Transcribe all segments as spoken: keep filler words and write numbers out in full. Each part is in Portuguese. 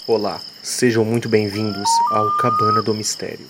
Olá, sejam muito bem-vindos ao Cabana do Mistério.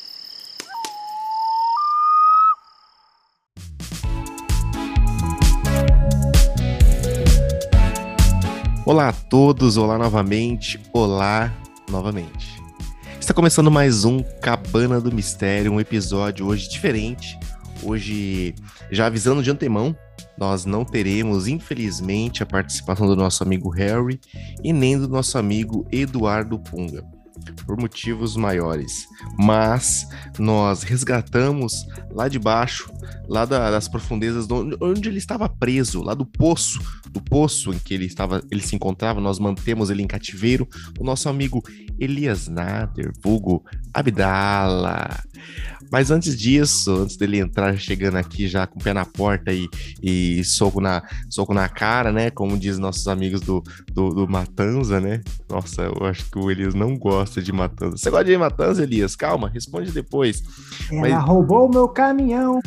Olá a todos, olá novamente, olá novamente. Está começando mais um Cabana do Mistério, um episódio hoje diferente. Hoje, já avisando de antemão, nós não teremos, infelizmente, a participação do nosso amigo Harry e nem do nosso amigo Eduardo Punga, por motivos maiores. Mas nós resgatamos lá de baixo, lá da, das profundezas do, onde ele estava preso, lá do poço, do poço em que ele, estava, ele se encontrava, nós mantemos ele em cativeiro, o nosso amigo Elias Nader, vulgo Abdala. Mas antes disso, antes dele entrar chegando aqui já com o pé na porta e, e soco, na, soco na cara, né? Como diz nossos amigos do, do, do Matanza, né? Nossa, eu acho que o Elias não gosta de Matanza. Você gosta de Matanza, Elias? Calma, responde depois. Ela Mas... roubou o meu caminhão.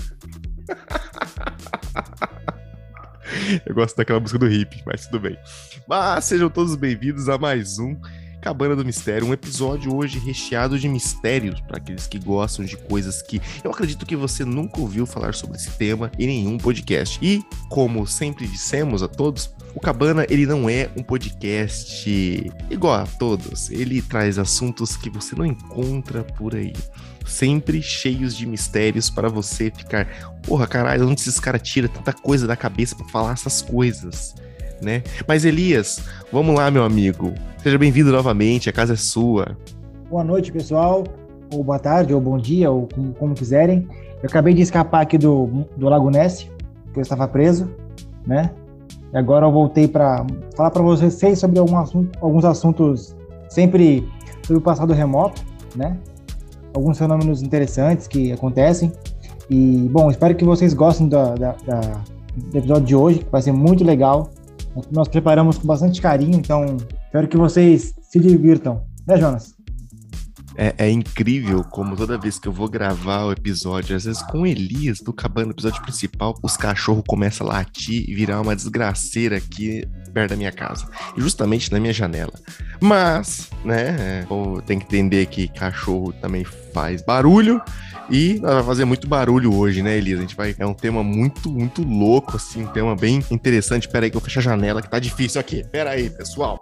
Eu gosto daquela música do hippie, mas tudo bem. Mas sejam todos bem-vindos a mais um Cabana do Mistério, um episódio hoje recheado de mistérios para aqueles que gostam de coisas que eu acredito que você nunca ouviu falar sobre esse tema em nenhum podcast. E, como sempre dissemos a todos, o Cabana, ele não é um podcast igual a todos. Ele traz assuntos que você não encontra por aí. Sempre cheios de mistérios para você ficar... Porra, caralho, onde esses caras tiram tanta coisa da cabeça para falar essas coisas, né? Mas Elias, vamos lá, meu amigo. Seja bem-vindo novamente, a casa é sua. Boa noite, pessoal. Ou boa tarde, ou bom dia, ou como, como quiserem. Eu acabei de escapar aqui do, do Lago Ness, porque eu estava preso, né? E agora eu voltei para falar para vocês sobre algum assunto, alguns assuntos sempre sobre o passado remoto, né? Alguns fenômenos interessantes que acontecem. E, bom, espero que vocês gostem da, da, da, do episódio de hoje, que vai ser muito legal. Nós preparamos com bastante carinho, então espero que vocês se divirtam. Né, Jonas? É, é incrível como toda vez que eu vou gravar o episódio, às vezes com o Elias do Cabana, no episódio principal, os cachorros começam a latir e virar uma desgraceira aqui perto da minha casa. E justamente na minha janela. Mas, né, tem que entender que cachorro também faz barulho. E nós vamos fazer muito barulho hoje, né, Elias? A gente vai... É um tema muito, muito louco, assim, um tema bem interessante. Pera aí que eu fecho a janela, que tá difícil aqui. Pera aí, pessoal.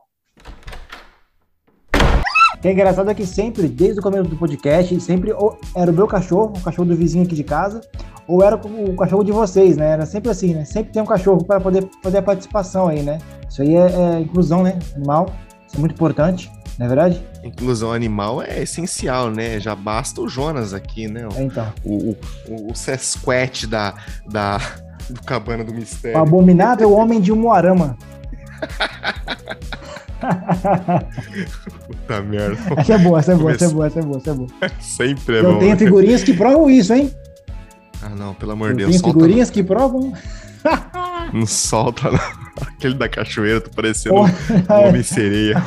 O que é engraçado é que sempre, desde o começo do podcast, sempre ou era o meu cachorro, o cachorro do vizinho aqui de casa, ou era o cachorro de vocês, né? Era sempre assim, né? Sempre tem um cachorro para poder fazer a participação aí, né? Isso aí é, é inclusão, né? Animal. Isso é muito importante, não é verdade? Inclusão animal é essencial, né? Já basta o Jonas aqui, né? É, então. O, o, o Sasquatch da, da, do Cabana do Mistério. O abominável homem de Umuarama. Puta merda. Essa é boa, essa é boa, essa é boa, essa é boa, essa é boa. Sempre é Eu bom. Eu tenho figurinhas que provam isso, hein? Ah, não, pelo amor de Eu Deus. tenho figurinhas que provam. Não solta, não. Aquele da cachoeira, tô parecendo oh, um homem-sereia.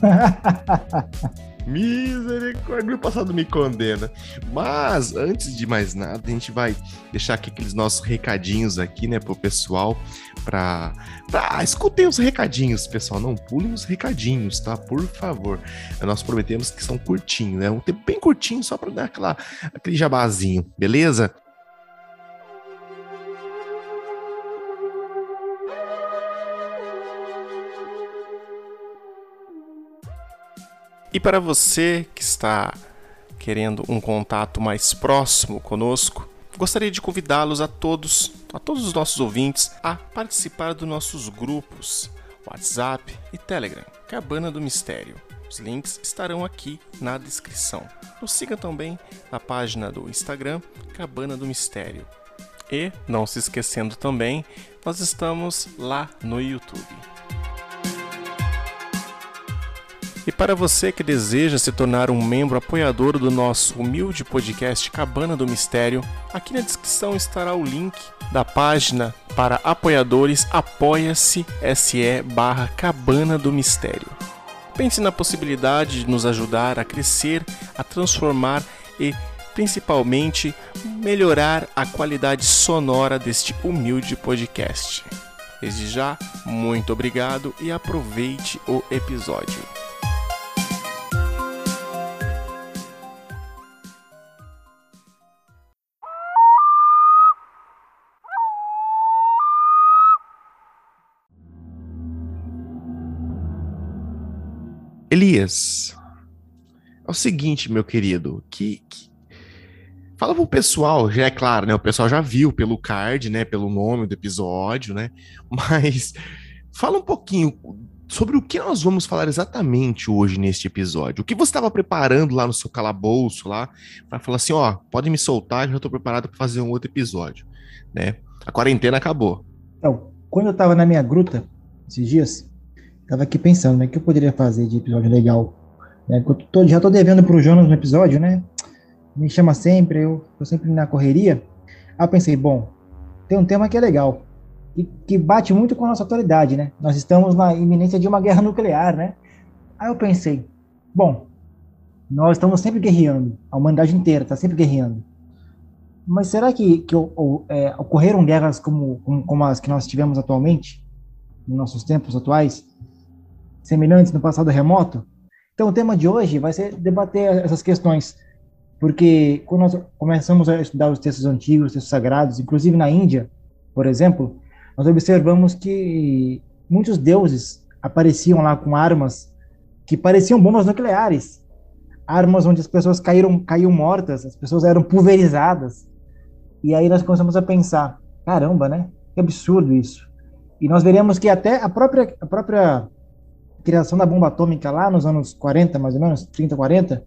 Misericórdia, o passado me condena. Mas, antes de mais nada, a gente vai deixar aqui aqueles nossos recadinhos aqui, né, pro pessoal, pra... pra... Escutem os recadinhos, pessoal, não pulem os recadinhos, tá? Por favor. Nós prometemos que são curtinhos, né? Um tempo bem curtinho, só pra dar aquela... aquele jabazinho, beleza? E para você que está querendo um contato mais próximo conosco, gostaria de convidá-los a todos, a todos os nossos ouvintes, a participar dos nossos grupos WhatsApp e Telegram, Cabana do Mistério. Os links estarão aqui na descrição. Nos siga também na página do Instagram, Cabana do Mistério. E, não se esquecendo também, nós estamos lá no YouTube. E para você que deseja se tornar um membro apoiador do nosso humilde podcast Cabana do Mistério, aqui na descrição estará o link da página para apoiadores apoia-se se barra Cabana do Mistério. Pense na possibilidade de nos ajudar a crescer, a transformar e, principalmente, melhorar a qualidade sonora deste humilde podcast. Desde já, muito obrigado e aproveite o episódio. Elias, é o seguinte, meu querido, que, que... fala pro pessoal, já é claro, né? O pessoal já viu pelo card, né? Pelo nome do episódio, né? Mas fala um pouquinho sobre o que nós vamos falar exatamente hoje neste episódio. O que você estava preparando lá no seu calabouço lá para falar assim, ó, pode me soltar, já estou preparado para fazer um outro episódio, né? A quarentena acabou. Então, quando eu estava na minha gruta, esses dias, estava aqui pensando, né, o que eu poderia fazer de episódio legal, né? Eu tô, já estou devendo para o Jonas no episódio, né? Me chama sempre, eu tô sempre na correria. Aí eu pensei, bom, tem um tema que é legal, e que bate muito com a nossa atualidade, né? Nós estamos na iminência de uma guerra nuclear, né? Aí eu pensei, bom, nós estamos sempre guerreando, a humanidade inteira está sempre guerreando. Mas será que, que ou, é, ocorreram guerras como, como, como as que nós tivemos atualmente, nos nossos tempos atuais, semelhantes no passado remoto? Então o tema de hoje vai ser debater essas questões, porque quando nós começamos a estudar os textos antigos, os textos sagrados, inclusive na Índia, por exemplo, nós observamos que muitos deuses apareciam lá com armas que pareciam bombas nucleares, armas onde as pessoas caíram, caíam mortas, as pessoas eram pulverizadas. E aí nós começamos a pensar, caramba, né? Que absurdo isso. E nós veremos que até a própria, a própria criação da bomba atômica lá nos anos quarenta, mais ou menos, trinta, quarenta,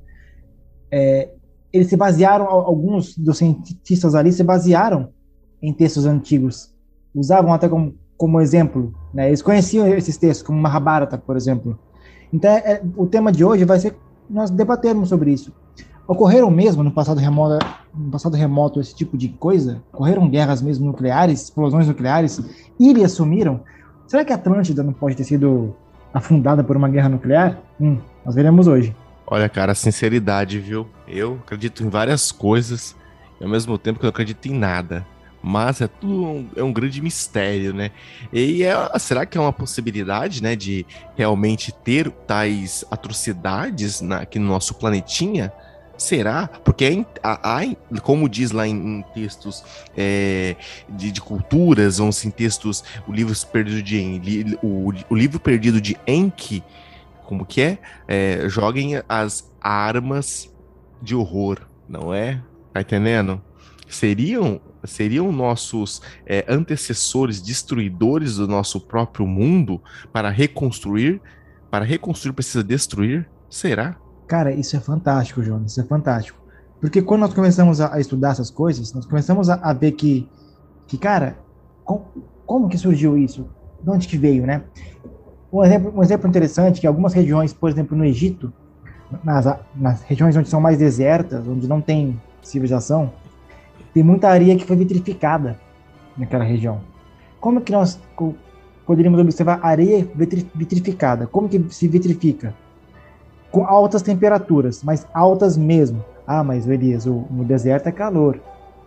é, eles se basearam, alguns dos cientistas ali se basearam em textos antigos. Usavam até como, como exemplo, né? Eles conheciam esses textos, como Mahabharata, por exemplo. Então, é, o tema de hoje vai ser nós debatermos sobre isso. Ocorreram mesmo no passado remoto, no passado remoto esse tipo de coisa? Ocorreram guerras mesmo nucleares, explosões nucleares? Ilhas sumiram? Será que a Atlântida não pode ter sido afundada por uma guerra nuclear? Hum, nós veremos hoje. Olha, cara, sinceridade, viu? Eu acredito em várias coisas e ao mesmo tempo que eu não acredito em nada. Mas é tudo um, é um grande mistério, né? E é, será que é uma possibilidade, né, de realmente ter tais atrocidades na, aqui no nosso planetinha? Será? Porque há, há, como diz lá em, em textos é, de, de culturas, ou em textos, o livro perdido de o, o livro perdido de Enki, como que é? é? Joguem as armas de horror, não é? Tá entendendo? Seriam, seriam nossos é, antecessores destruidores do nosso próprio mundo para reconstruir? Para reconstruir precisa destruir? Será? Cara, isso é fantástico, Jonas, isso é fantástico. Porque quando nós começamos a, a estudar essas coisas, nós começamos a, a ver que, que cara, com, como que surgiu isso? De onde que veio, né? Um exemplo, um exemplo interessante é que algumas regiões, por exemplo, no Egito, nas, nas regiões onde são mais desertas, onde não tem civilização, tem muita areia que foi vitrificada naquela região. Como que nós poderíamos observar areia vitrificada? Como que se vitrifica? Com altas temperaturas, mas altas mesmo. Ah, mas Elias, o, no deserto é calor.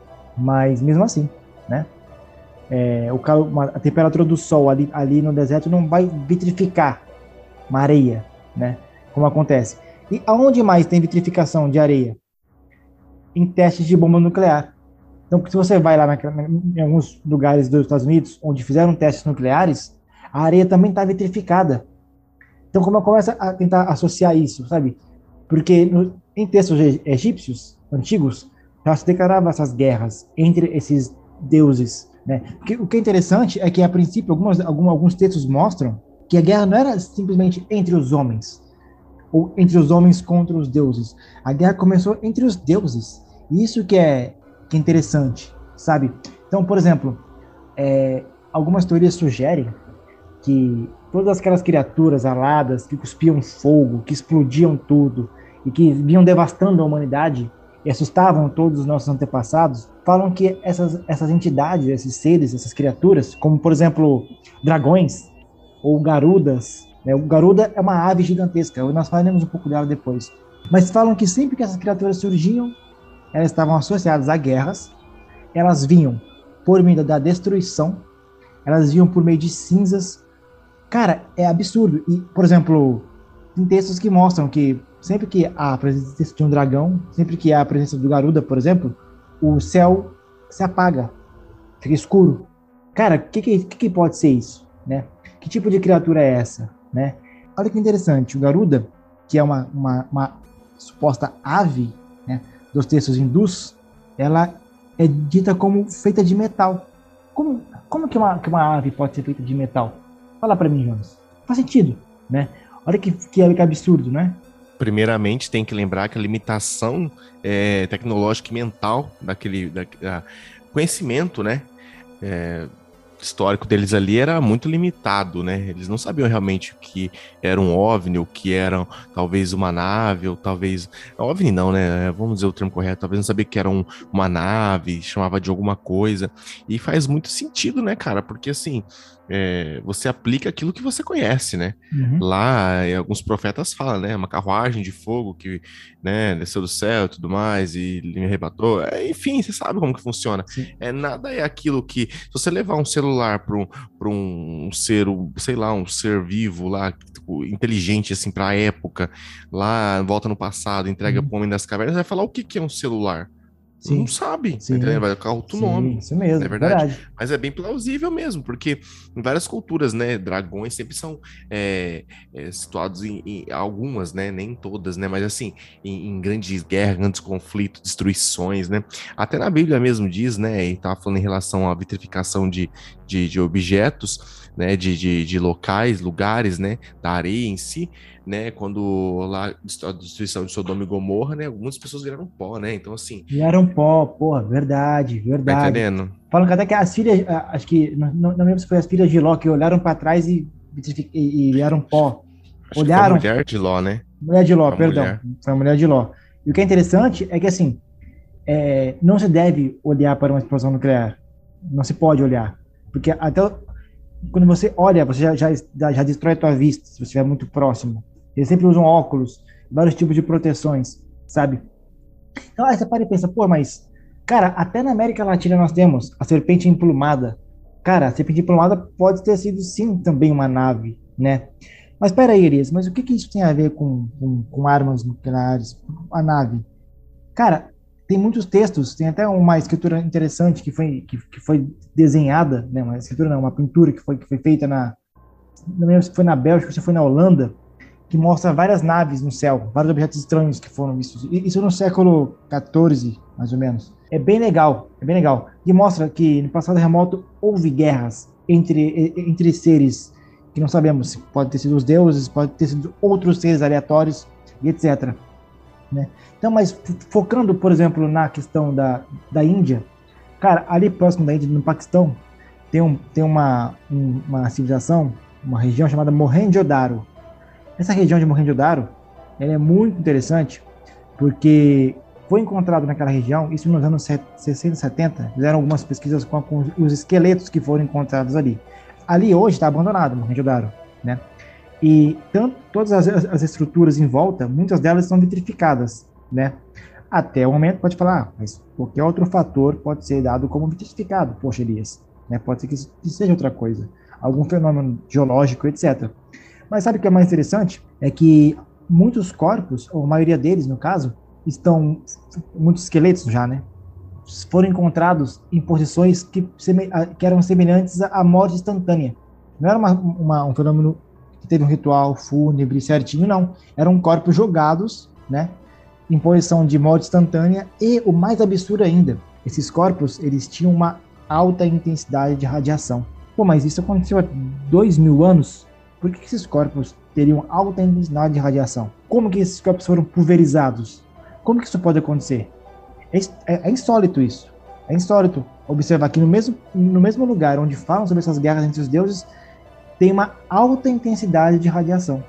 Mas mesmo assim, né? É, o calor, uma, a temperatura do sol ali, ali no deserto não vai vitrificar uma areia, né? Como acontece. E aonde mais tem vitrificação de areia? Em testes de bomba nuclear. Então, se você vai lá na, em alguns lugares dos Estados Unidos, onde fizeram testes nucleares, a areia também está vitrificada. Então, como eu começo a tentar associar isso, sabe? Porque no, em textos egípcios antigos, já se declarava essas guerras entre esses deuses, né? Porque o que é interessante é que, a princípio, algumas, algum, alguns textos mostram que a guerra não era simplesmente entre os homens, ou entre os homens contra os deuses. A guerra começou entre os deuses. E isso que é, que é interessante, sabe? Então, por exemplo, é, algumas teorias sugerem que todas aquelas criaturas aladas que cuspiam fogo, que explodiam tudo e que vinham devastando a humanidade e assustavam todos os nossos antepassados, falam que essas, essas entidades, esses seres, essas criaturas, como por exemplo dragões ou garudas, né? O garuda é uma ave gigantesca, nós falaremos um pouco dela depois, mas falam que sempre que essas criaturas surgiam, elas estavam associadas a guerras, elas vinham por meio da destruição, elas vinham por meio de cinzas. Cara, é absurdo. E, por exemplo, tem textos que mostram que sempre que há a presença de um dragão, sempre que há a presença do Garuda, por exemplo, o céu se apaga, fica escuro. Cara, o que, que, que pode ser isso, né? Que tipo de criatura é essa, né? Olha que interessante, o Garuda, que é uma, uma, uma suposta ave, né, dos textos hindus, ela é dita como feita de metal. Como, como que, uma, que uma ave pode ser feita de metal? Fala para mim, Jonas. Faz sentido, né? Olha que, que, que absurdo, né? Primeiramente, tem que lembrar que a limitação é, tecnológica e mental daquele da, da conhecimento, né? É, histórico deles ali era muito limitado, né? Eles não sabiam realmente o que era um OVNI, o que era talvez uma nave, ou talvez... OVNI não, né? Vamos dizer o termo correto. Talvez não sabia que era um, uma nave, chamava de alguma coisa. E faz muito sentido, né, cara? Porque, assim, é, você aplica aquilo que você conhece, né? Uhum. Lá, é, alguns profetas falam, né? Uma carruagem de fogo que, né, desceu do céu e tudo mais, e me arrebatou. É, enfim, você sabe como que funciona. Sim. É, nada é aquilo que... Se você levar um celular para um, para um ser, um, sei lá, um ser vivo lá, tipo, inteligente, assim, para a época, lá, volta no passado, entrega Uhum. para o Homem das Cavernas, vai falar o que, que é um celular? Não Sim, sabe, tá entendendo? sim, Vai colocar outro sim, nome, isso não é mesmo, verdade? verdade. Mas é bem plausível mesmo, porque em várias culturas, né, dragões sempre são é, é, situados em, em algumas, né, nem todas, né, mas assim, em, em grandes guerras, grandes conflitos, destruições, né, até na Bíblia mesmo diz, né, e tava falando em relação à vitrificação de, de, de objetos, né, de, de, de locais, lugares, né, da areia em si, né, quando lá a destruição de Sodoma e Gomorra, né, algumas pessoas viraram pó, né, então assim, Vieram pó, porra, verdade, tá verdade. entendendo? Falam que até que as filhas, ah, acho que, não, não não lembro se foi as filhas de Ló que olharam para trás e, e, e vieram pó. Acho que foi a Olharam, mulher de Ló, né? mulher de Ló, Foi a perdão, mulher. foi a mulher de Ló. E o que é interessante é que, assim, é, não se deve olhar para uma explosão nuclear. Não se pode olhar. Porque até quando você olha, você já, já, já destrói a tua vista, se você estiver muito próximo. Eles sempre usam óculos, vários tipos de proteções, sabe? Então, aí você para e pensa, pô, mas, cara, até na América Latina nós temos a serpente emplumada. Cara, a serpente emplumada pode ter sido, sim, também uma nave, né? Mas peraí, Elias, mas o que que isso tem a ver com, com, com armas nucleares, a nave? Cara, tem muitos textos, tem até uma escritura interessante que foi, que, que foi desenhada, né? Uma escritura não, uma pintura que foi, que foi feita na, não lembro se foi na Bélgica ou se foi na Holanda, que mostra várias naves no céu, vários objetos estranhos que foram vistos. Isso no século quatorze, mais ou menos. É bem legal, é bem legal. E mostra que no passado remoto houve guerras entre, entre seres que não sabemos se pode ter sido os deuses, pode ter sido outros seres aleatórios e etcétera. Né? Então, mas focando, por exemplo, na questão da, da Índia, cara, ali próximo da Índia, no Paquistão, tem, um, tem uma, um, uma civilização, uma região chamada Mohenjo-Daro. Essa região de Mohenjo-Daro, ela é muito interessante, porque foi encontrado naquela região, isso nos anos sessenta, setenta, fizeram algumas pesquisas com, com os esqueletos que foram encontrados ali. Ali hoje está abandonado, Mohenjo-Daro, né? E tanto, todas as, as estruturas em volta, muitas delas são vitrificadas, né? Até o momento pode falar, ah, mas qualquer outro fator pode ser dado como vitrificado, poxa, Elias, né? Pode ser que isso seja outra coisa, algum fenômeno geológico, etcétera. Mas sabe o que é mais interessante? É que muitos corpos, ou a maioria deles, no caso, estão, muitos esqueletos já, né? Foram encontrados em posições que, que eram semelhantes à morte instantânea. Não era uma, uma, um fenômeno que teve um ritual fúnebre certinho, não. Eram corpos jogados, né? Em posição de morte instantânea. E o mais absurdo ainda, esses corpos, eles tinham uma alta intensidade de radiação. Pô, mas isso aconteceu há dois mil anos? Por que esses corpos teriam alta intensidade de radiação? Como que esses corpos foram pulverizados? Como que isso pode acontecer? É, é, é insólito isso. É insólito observar que no mesmo, no mesmo lugar onde falam sobre essas guerras entre os deuses, tem uma alta intensidade de radiação.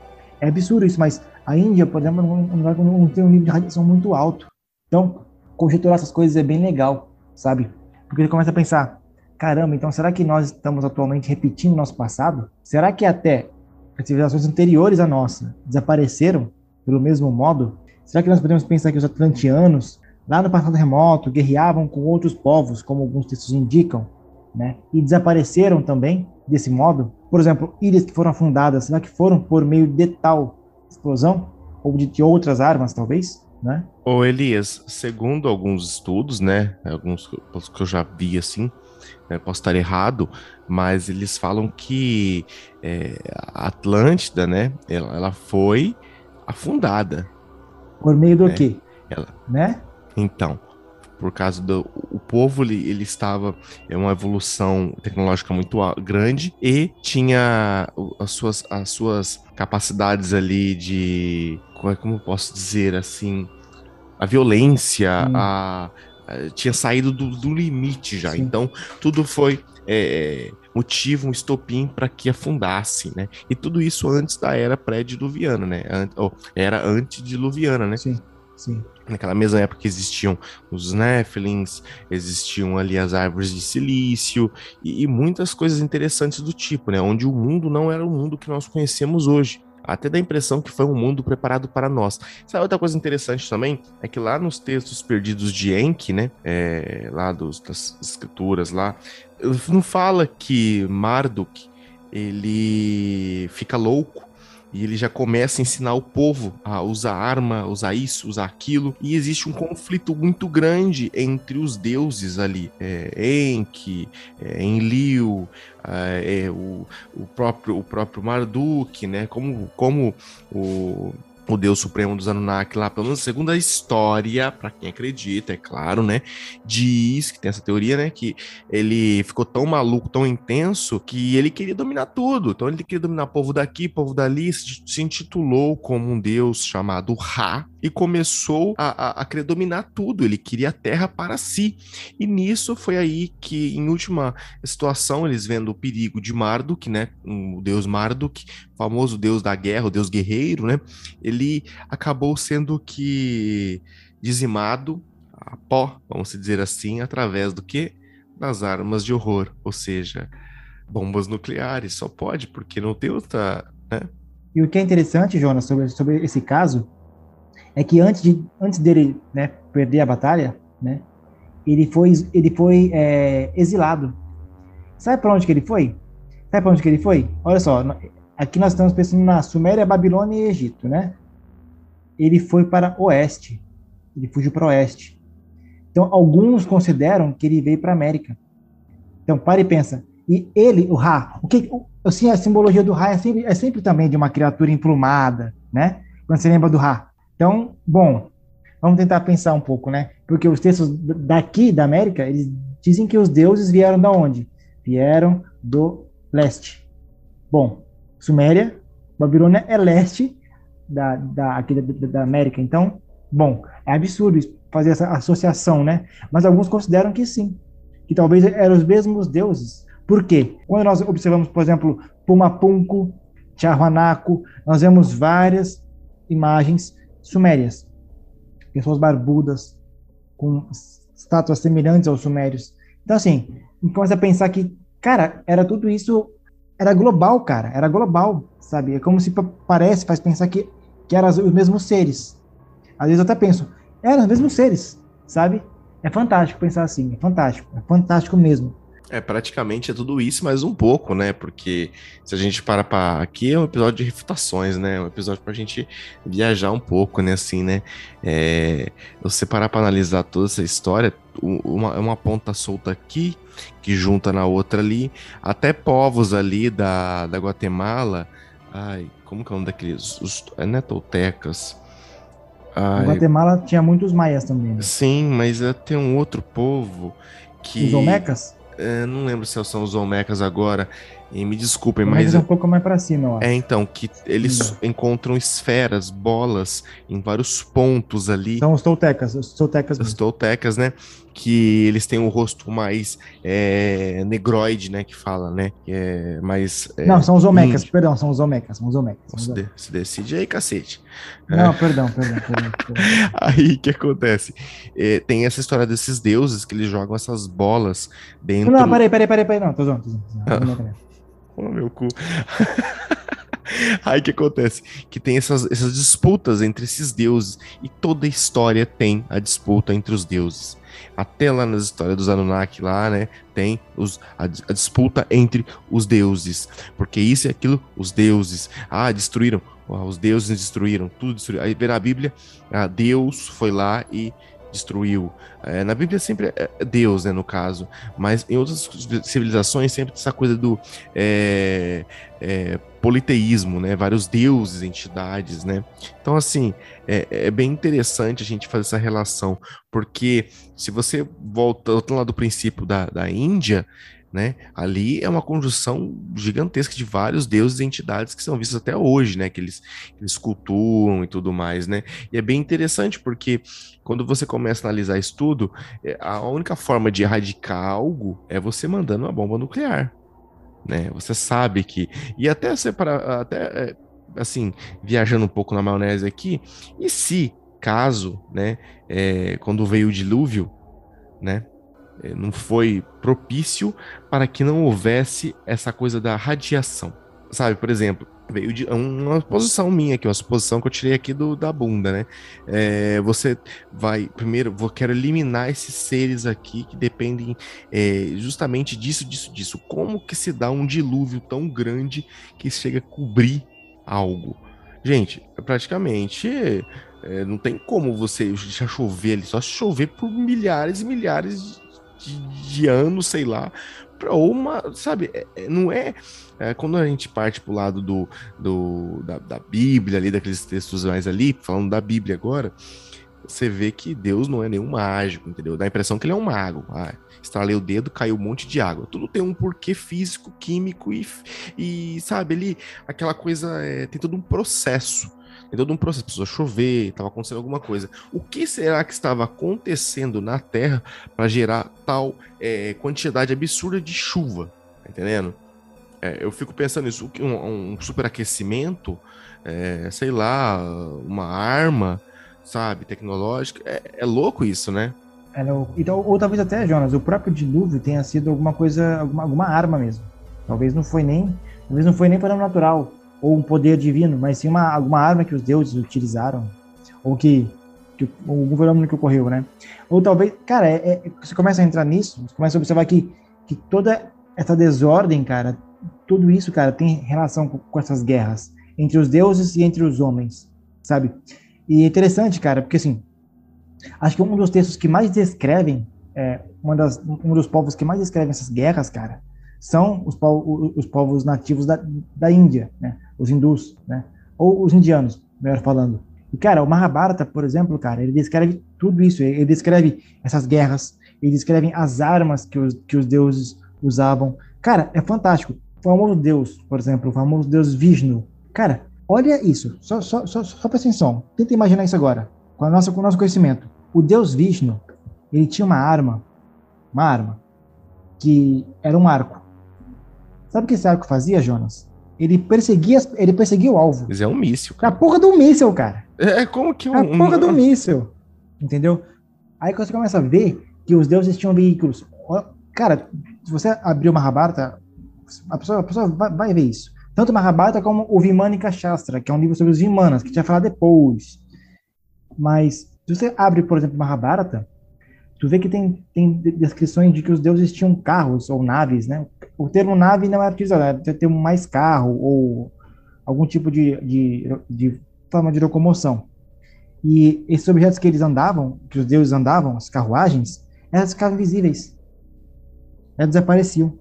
É absurdo isso, mas a Índia, por exemplo, não, não tem um nível de radiação muito alto. Então, conjecturar essas coisas é bem legal, sabe? Porque ele começa a pensar, caramba, então será que nós estamos atualmente repetindo o nosso passado? Será que até as civilizações anteriores à nossa desapareceram pelo mesmo modo? Será que nós podemos pensar que os atlanteanos, lá no passado remoto, guerreavam com outros povos, como alguns textos indicam, né? E desapareceram também desse modo? Por exemplo, ilhas que foram afundadas, será que foram por meio de tal explosão? Ou de, de outras armas, talvez? Né? Ô Elias, segundo alguns estudos, né, alguns que eu já vi assim, né, posso estar errado, mas eles falam que é, a Atlântida, né, ela, ela foi afundada. Por meio do né? quê? Ela, Né? então, por causa do o povo, ele, ele estava em uma evolução tecnológica muito a- grande e tinha o- as suas, as suas capacidades ali de, como é- como eu posso dizer assim, a violência, Sim, a, a- tinha saído do, do limite já. sim, Então, tudo foi é, motivo, um estopim para que afundasse, né? E tudo isso antes da era pré-diluviana, né? An- ou era antediluviana, né? sim, sim. Naquela mesma época existiam os Néfilins, existiam ali as árvores de silício e, e muitas coisas interessantes do tipo, né? Onde o mundo não era o mundo que nós conhecemos hoje. Até dá a impressão que foi um mundo preparado para nós. Sabe outra coisa interessante também? É que lá nos textos perdidos de Enki, né? É, lá dos, das escrituras lá, não fala que Marduk ele fica louco e ele já começa a ensinar o povo a usar arma, usar isso, usar aquilo. E existe um conflito muito grande entre os deuses ali. É, Enki, é, Enlil, é, é, o, o, próprio, o próprio Marduk, né? Como, como o... O Deus Supremo dos Anunnaki lá, pelo menos segundo a história, para quem acredita, é claro, né? Diz que tem essa teoria, né? Que ele ficou tão maluco, tão intenso, que ele queria dominar tudo. Então ele queria dominar povo daqui, povo dali, se, se intitulou como um deus chamado Ra e começou a, a, a querer dominar tudo. Ele queria a terra para si. E nisso foi aí que, em última situação, eles vendo o perigo de Marduk, né? O deus Marduk, famoso deus da guerra, o deus guerreiro, né? Ele acabou sendo que dizimado a pó, vamos dizer assim, através do que? Das armas de horror, ou seja, bombas nucleares. Só pode, porque não tem outra, né? E o que é interessante, Jonas, sobre, sobre esse caso, é que antes, de, antes dele, né, perder a batalha, né, ele foi, ele foi é, exilado. Sabe para onde que ele foi? Sabe para onde que ele foi? Olha só, aqui nós estamos pensando na Suméria, Babilônia e Egito, né? Ele foi para o oeste. Ele fugiu para o oeste. Então, alguns consideram que ele veio para a América. Então, para e pensa. E ele, o Ra, o que, assim, a simbologia do Ra é sempre, é sempre também de uma criatura emplumada, né? Quando você lembra do Ra. Então, bom, vamos tentar pensar um pouco, né? Porque os textos daqui da América, eles dizem que os deuses vieram da onde? Vieram do leste. Bom, Suméria, Babilônia é leste da, da, aqui da, da América. Então, bom, é absurdo fazer essa associação, né? Mas alguns consideram que sim, que talvez eram os mesmos deuses. Por quê? Quando nós observamos, por exemplo, Pumapunku, Tiahuanaco, nós vemos várias imagens sumérias. Pessoas barbudas, com estátuas semelhantes aos sumérios. Então, assim, começa a pensar que, cara, era tudo isso, era global, cara, era global, sabe? É como se parece, faz pensar que, que eram os mesmos seres. Às vezes eu até penso, eram os mesmos seres, sabe? É fantástico pensar assim, é fantástico, é fantástico mesmo. É, praticamente é tudo isso, mas um pouco, né? Porque se a gente para para aqui é um episódio de refutações, né? Um episódio pra gente viajar um pouco, né? Assim, né? É, você parar para analisar toda essa história, uma, uma ponta solta aqui, que junta na outra ali, até povos ali da, da Guatemala. Ai, como que é o nome daqueles? Os, não é toltecas. Na Ai, Guatemala tinha muitos maias também, né? sim, mas é, tem um outro povo Os que Olmecas? é, não lembro se são os Olmecas agora, e me desculpem, Os Olmecas mas é um pouco mais para cima, eu é acho. então que eles Ainda. encontram esferas, bolas em vários pontos ali, São os Toltecas, os Toltecas das mesmo. toltecas, né? Que eles têm um rosto mais é, negroide, né? Que fala, né? Que é mais Não, é, são os Olmecas, índio. perdão, são os Olmecas, são os Olmecas. São os Se, de- Olmecas. se decide aí, cacete. É. Não, perdão, perdão, perdão, perdão, perdão. Aí o que acontece? É, tem essa história desses deuses que eles jogam essas bolas Não, não, dentro. peraí, peraí, peraí, peraí, não, tô zoando, tô zoando. Tô zoando. Não, não, não. Ô, meu cu. Aí o que acontece? Que tem essas, essas disputas entre esses deuses. E toda história tem a disputa entre os deuses. Até lá nas histórias dos Anunnaki, lá, né? Tem os, a, a disputa entre os deuses. Porque isso e aquilo, os deuses. Ah, destruíram. Ah, os deuses destruíram. Tudo destruíram. Aí vê na Bíblia, ah, Deus foi lá e destruiu. É, na Bíblia sempre é Deus, né, no caso, mas em outras civilizações sempre tem essa coisa do é, é, politeísmo, né, vários deuses, entidades, né. Então, assim, é, é bem interessante a gente fazer essa relação, porque se você volta lá do princípio da, da Índia, né? Ali é uma conjunção gigantesca de vários deuses e entidades que são vistos até hoje, né? Que eles, que eles cultuam e tudo mais, né? E é bem interessante porque quando você começa a analisar isso tudo, é, a única forma de erradicar algo é você mandando uma bomba nuclear, né? Você sabe que e até separar, até é, assim, viajando um pouco na maionese aqui, e se caso, né? É, quando veio o dilúvio, né? Não foi propício para que não houvesse essa coisa da radiação. Sabe, por exemplo, veio de uma posição minha aqui, uma suposição que eu tirei aqui do, da bunda, né? É, você vai, primeiro, vou quero eliminar esses seres aqui que dependem é, justamente disso, disso, disso. Como que se dá um dilúvio tão grande que chega a cobrir algo? Gente, praticamente é, não tem como você deixar chover ali, só se chover por milhares e milhares de De, de anos, sei lá, para uma, sabe, é, é, não é, é quando a gente parte pro lado do, do da, da Bíblia ali, daqueles textos mais ali, falando da Bíblia agora, você vê que Deus não é nenhum mágico, entendeu? Dá a impressão que ele é um mago. Ah, estralei o dedo, caiu um monte de água. Tudo tem um porquê físico, químico e, e sabe, ele, aquela coisa, é, tem todo um processo. Tem todo um processo, precisou chover, estava acontecendo alguma coisa. O que será que estava acontecendo na Terra para gerar tal é, quantidade absurda de chuva? Tá entendendo? É, eu fico pensando nisso, um, um superaquecimento, é, sei lá, uma arma, sabe, tecnológica. É, é louco isso, né? É, não, então, ou talvez até, Jonas, o próprio dilúvio tenha sido alguma coisa, alguma, alguma arma mesmo. Talvez não foi nem, talvez não foi nem fenômeno natural ou um poder divino, mas sim uma, alguma arma que os deuses utilizaram, ou que, que algum fenômeno que ocorreu, né? Ou talvez, cara, é, é, você começa a entrar nisso, você começa a observar que, que toda essa desordem, cara, tudo isso, cara, tem relação com, com essas guerras entre os deuses e entre os homens, sabe? E é interessante, cara, porque assim, acho que um dos textos que mais descrevem, é, uma das, um dos povos que mais descrevem essas guerras, cara, são os povos, os povos nativos da, da Índia, né? Os hindus, né? Ou os indianos, melhor falando. E, cara, o Mahabharata, por exemplo, cara, ele descreve tudo isso, ele descreve essas guerras, ele descreve as armas que os, que os deuses usavam. Cara, é fantástico. O famoso deus, por exemplo, o famoso deus Vishnu. Cara, olha isso, só, só, só, só presta atenção, tenta imaginar isso agora, com, a nossa, com o nosso conhecimento. O deus Vishnu, ele tinha uma arma, uma arma, que era um arco. Sabe o que esse arco fazia, Jonas? Ele perseguia, ele perseguia o alvo. Mas é um míssil, cara. A porra do míssil, cara. É, como que um... A porra do míssil. Entendeu? Aí você começa a ver que os deuses tinham veículos. Cara, se você abrir o Mahabharata, a pessoa, a pessoa vai, vai ver isso. Tanto o Mahabharata como o Vimanika Shastra, que é um livro sobre os Vimanas, que a gente vai falar depois. Mas, se você abre, por exemplo, o Mahabharata, tu vê que tem, tem descrições de que os deuses tinham carros ou naves, né? O termo nave não é utilizado, é ter mais carro ou algum tipo de, de, de forma de locomoção. E esses objetos que eles andavam, que os deuses andavam, as carruagens, elas ficavam invisíveis. Elas desapareciam.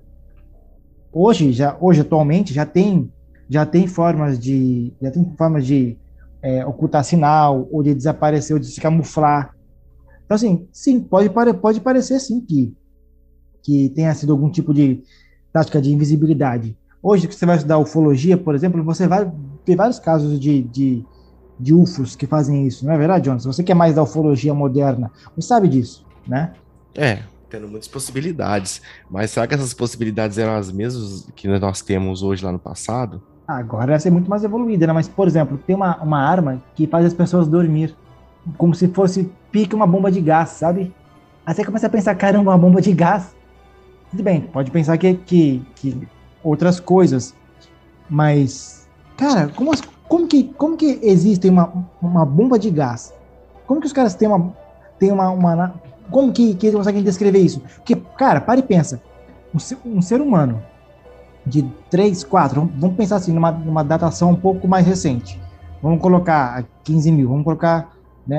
Hoje, já, hoje atualmente, já tem, já tem formas de, já tem formas de é, ocultar sinal, ou de desaparecer, ou de se camuflar. Então, assim, sim, pode, pode parecer, sim, que, que tenha sido algum tipo de tática de invisibilidade. Hoje, que você vai estudar ufologia, por exemplo, você vai ter vários casos de, de, de U F Os que fazem isso, não é verdade, Jonas? Você que é mais da ufologia moderna, você sabe disso, né? É, tendo muitas possibilidades. Mas será que essas possibilidades eram as mesmas que nós temos hoje lá no passado? Agora vai ser muito mais evoluída, né? Mas, por exemplo, tem uma, uma arma que faz as pessoas dormir, como se fosse pique uma bomba de gás, sabe? Aí você começa a pensar, caramba, uma bomba de gás. Tudo bem, pode pensar que, que, que outras coisas, mas, cara, como, como, que, como que existe uma, uma bomba de gás? Como que os caras têm uma... Têm uma, uma como que, que eles conseguem descrever isso? Porque, cara, para e pensa. Um ser, um ser humano de três, quatro, vamos pensar assim, numa, numa datação um pouco mais recente. Vamos colocar quinze mil, vamos colocar, né,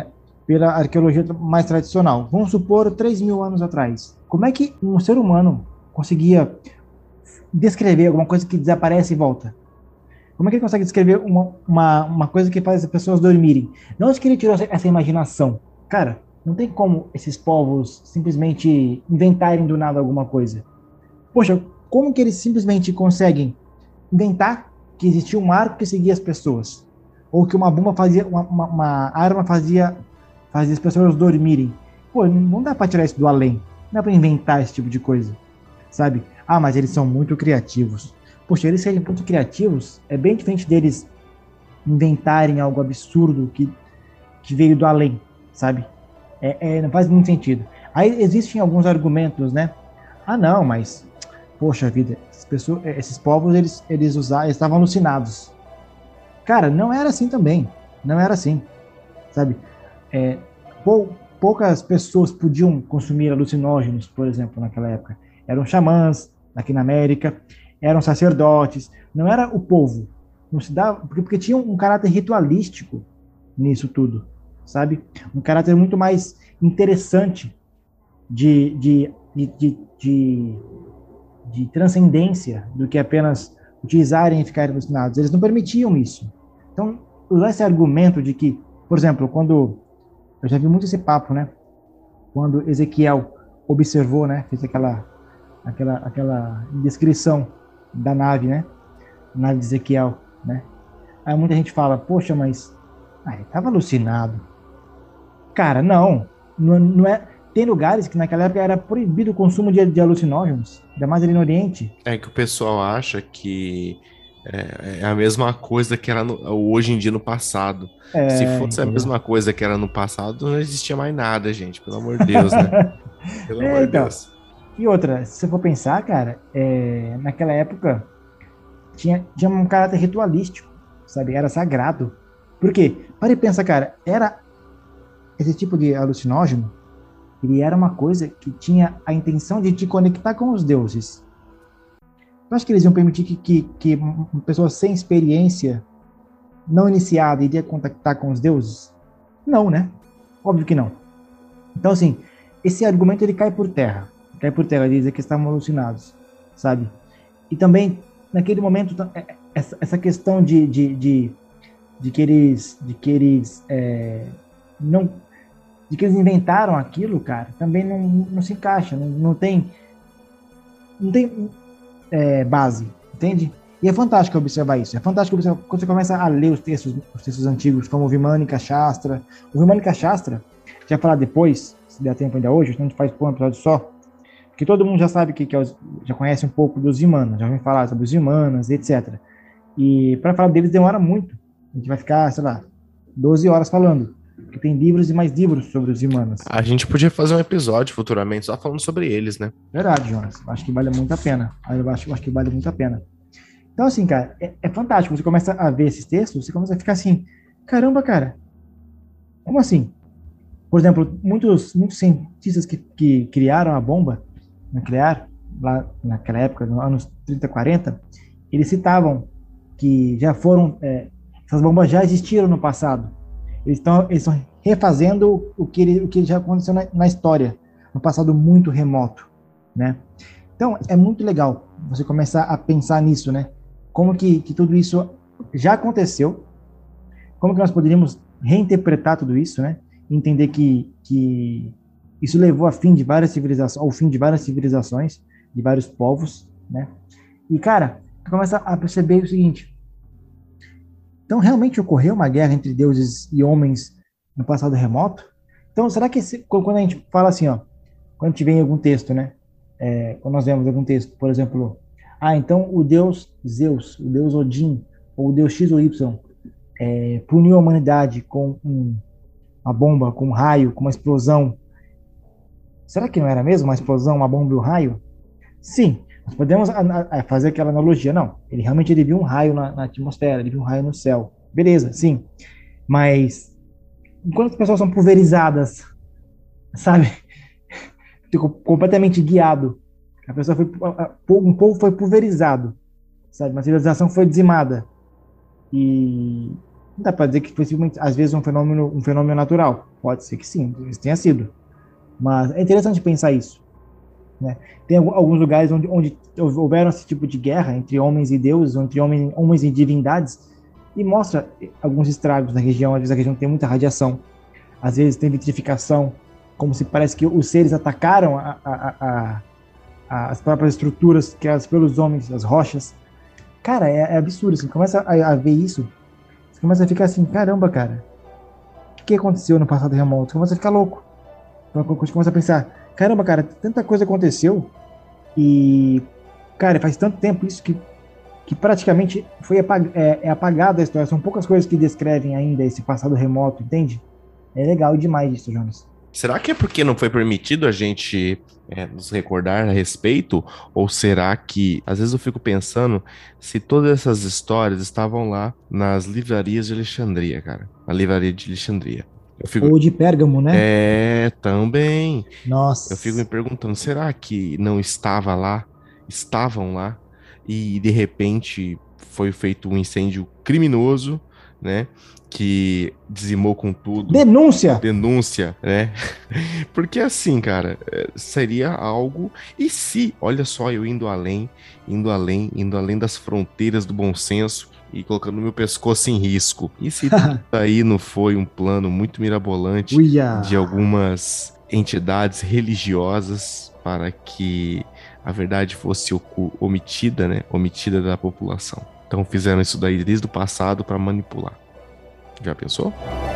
pela arqueologia mais tradicional. Vamos supor três mil anos atrás. Como é que um ser humano conseguia descrever alguma coisa que desaparece e volta? Como é que ele consegue descrever uma, uma, uma coisa que faz as pessoas dormirem? De onde que ele tirou essa imaginação? Cara, não tem como esses povos simplesmente inventarem do nada alguma coisa. Poxa, como que eles simplesmente conseguem inventar que existia um arco que seguia as pessoas? Ou que uma bomba fazia, uma, uma, uma arma fazia, fazia as pessoas dormirem? Pô, não dá pra tirar isso do além. Não dá pra inventar esse tipo de coisa, sabe? Ah, mas eles são muito criativos. Poxa, eles serem muito criativos é bem diferente deles inventarem algo absurdo que, que veio do além, sabe? É, é, não faz muito sentido. Aí existem alguns argumentos, né? Ah, não, mas, poxa vida, essas pessoas, esses povos, eles, eles, usavam, eles estavam alucinados. Cara, não era assim também. Não era assim, sabe? É, pou, poucas pessoas podiam consumir alucinógenos, por exemplo, naquela época. Eram xamãs, aqui na América, eram sacerdotes, não era o povo. Não se dava, porque, porque tinha um caráter ritualístico nisso tudo, sabe? Um caráter muito mais interessante de, de, de, de, de, de transcendência do que apenas utilizarem e ficarem alucinados. Eles não permitiam isso. Então, usar esse argumento de que, por exemplo, quando... Eu já vi muito esse papo, né? Quando Ezequiel observou, né? Fez aquela, aquela, aquela descrição da nave, né? A nave de Ezequiel, né? Aí muita gente fala, poxa, mas... Ah, ele estava alucinado. Cara, não. Não, não é... Tem lugares que naquela época era proibido o consumo de, de alucinógenos, ainda mais ali no Oriente. É que o pessoal acha que é, é a mesma coisa que era no, hoje em dia no passado. Se É, fosse a entendeu? mesma coisa que era no passado, não existia mais nada, gente. Pelo amor de Deus, né? Pelo É, amor de então. Deus. E outra, se você for pensar, cara, é, naquela época tinha, tinha um caráter ritualístico, sabe? Era sagrado. Por quê? Para e pensa, cara, era esse tipo de alucinógeno, ele era uma coisa que tinha a intenção de te conectar com os deuses. Eu acho que eles iam permitir que, que, que uma pessoa sem experiência, não iniciada, iria contactar com os deuses? Não, né? Óbvio que não. Então, assim, esse argumento ele cai por terra. Cai por terra, dizer que estavam alucinados, sabe? E também, naquele momento, essa, essa questão de, de, de, de que eles, de que eles é, não, de que eles inventaram aquilo, cara, também não, não se encaixa, não, não tem, não tem é, base, entende? E é fantástico observar isso. É fantástico observar quando você começa a ler os textos, os textos antigos, como o Vimanika Shastra. O Vimanika Shastra, já falar depois, se der tempo ainda hoje, a gente faz por um episódio só, porque todo mundo já sabe que, que é os, já conhece um pouco dos Vimanas, já ouviu falar sobre os Vimanas, etcétera. E para falar deles demora muito. A gente vai ficar, sei lá, doze horas falando, porque tem livros e mais livros sobre os Vimanas. A gente podia fazer um episódio futuramente só falando sobre eles, né? Verdade, Jonas. Acho que vale muito a pena. Eu acho, acho que vale muito a pena. Então, assim, cara, é, é fantástico. Você começa a ver esses textos, você começa a ficar assim, caramba, cara, como assim? Por exemplo, muitos, muitos cientistas que, que criaram a bomba nuclear, lá naquela época, nos anos trinta, quarenta, eles citavam que já foram, é, essas bombas já existiram no passado. Eles estão eles estão refazendo o que, ele, o que já aconteceu na, na história, no passado muito remoto, né? Então, é muito legal você começar a pensar nisso, né? Como que, que tudo isso já aconteceu, como que nós poderíamos reinterpretar tudo isso, né? Entender que, que isso levou ao fim de várias civilizações, ao fim de várias civilizações, de vários povos, né? E, cara, você começa a perceber o seguinte: então, realmente ocorreu uma guerra entre deuses e homens no passado remoto? Então, será que esse, quando a gente fala assim, ó, quando a gente vê em algum texto, né? É, quando nós vemos algum texto, por exemplo, ah, então o deus Zeus, o deus Odin, ou o deus X ou Y, é, puniu a humanidade com um, uma bomba, com um raio, com uma explosão. Será que não era mesmo uma explosão, uma bomba e um raio? Sim, nós podemos a, a, fazer aquela analogia. Não, ele realmente ele viu um raio na, na atmosfera, ele viu um raio no céu. Beleza, sim. Mas, enquanto as pessoas são pulverizadas, sabe? Ficou completamente guiado. A pessoa foi, um povo foi pulverizado, sabe? Uma civilização foi dizimada. E Não dá para dizer que foi simplesmente, às vezes, um fenômeno, um fenômeno natural. Pode ser que sim, isso tenha sido. Mas é interessante pensar isso, né? Tem alguns lugares onde, onde houveram esse tipo de guerra entre homens e deuses, entre homens, homens e divindades, e mostra alguns estragos na região. Às vezes a região tem muita radiação, às vezes tem vitrificação, como se parece que os seres atacaram a, a, a, a, as próprias estruturas criadas pelos homens, as rochas. Cara, é, é absurdo. Você começa a, a ver isso, você começa a ficar assim, caramba, cara, o que aconteceu no passado remoto? Você começa a ficar louco. Você começa a pensar, caramba, cara, tanta coisa aconteceu e, cara, faz tanto tempo isso que, que praticamente foi apag é, é apagado a história. São poucas coisas que descrevem ainda esse passado remoto, entende? É legal demais isso, Jonas. Será que é porque não foi permitido a gente é, nos recordar a respeito? Ou será que, às vezes eu fico pensando, se todas essas histórias estavam lá nas livrarias de Alexandria, cara, na livraria de Alexandria. Eu fico, Ou de Pérgamo, né? é, também. Eu fico me Nossa. perguntando, será que não estava lá, estavam lá, e de repente foi feito um incêndio criminoso, né? Que dizimou com tudo. Denúncia! Denúncia, né? Porque assim, cara, é, seria algo. E se, olha só, eu indo além, indo além, indo além das fronteiras do bom senso e colocando meu pescoço em risco. E se tudo aí não foi um plano muito mirabolante Uia! de algumas entidades religiosas para que a verdade fosse ocu- omitida, né? Omitida da população. Então fizeram isso daí desde o passado para manipular. Já pensou?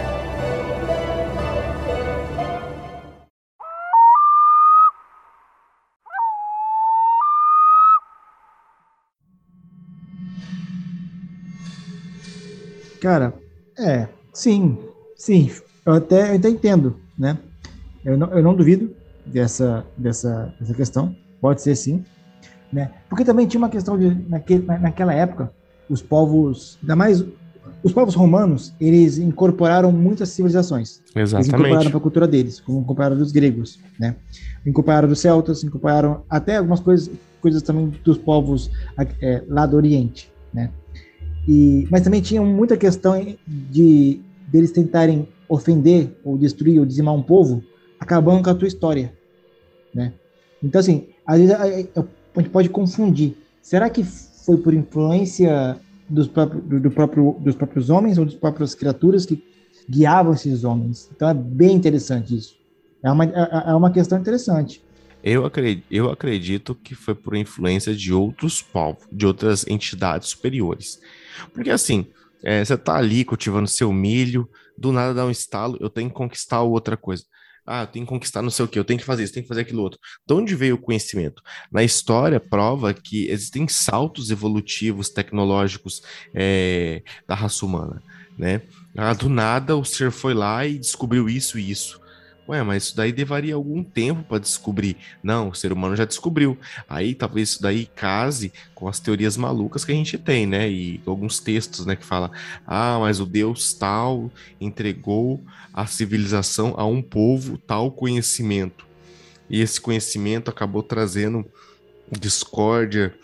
Cara, é, sim, sim, eu até, eu até entendo, né? Eu não, eu não duvido dessa, dessa, dessa questão, pode ser sim, né? Porque também tinha uma questão de, naquele, na, naquela época, os povos, ainda mais os povos romanos, eles incorporaram muitas civilizações. Eles incorporaram Exatamente. para a cultura deles, como incorporaram dos gregos, né? Incorporaram dos celtas, incorporaram até algumas coisas, coisas também dos povos é, lá do Oriente, né? E, mas também tinha muita questão de deles tentarem ofender ou destruir ou dizimar um povo, acabando com a tua história, né? Então, assim, às vezes a, a gente pode confundir. Será que foi por influência dos, próprios, do, do próprio, dos próprios homens ou das próprias criaturas que guiavam esses homens? Então é bem interessante isso. É uma, é, é uma questão interessante. Eu acredito, eu acredito que foi por influência de outros povos, de outras entidades superiores. Porque assim, é, você tá ali cultivando seu milho, do nada dá um estalo, eu tenho que conquistar outra coisa. Ah, eu tenho que conquistar não sei o quê, eu tenho que fazer isso, tenho que fazer aquilo outro. De onde veio o conhecimento? Na história prova que existem saltos evolutivos, tecnológicos, é, da raça humana, né? Ah, do nada o ser foi lá e descobriu isso e isso. Ué, mas isso daí levaria algum tempo para descobrir. Não, o ser humano já descobriu. Aí talvez isso daí case com as teorias malucas que a gente tem, né? E alguns textos, né, que fala: "Ah, mas o Deus tal entregou a civilização a um povo tal conhecimento. E esse conhecimento acabou trazendo discórdia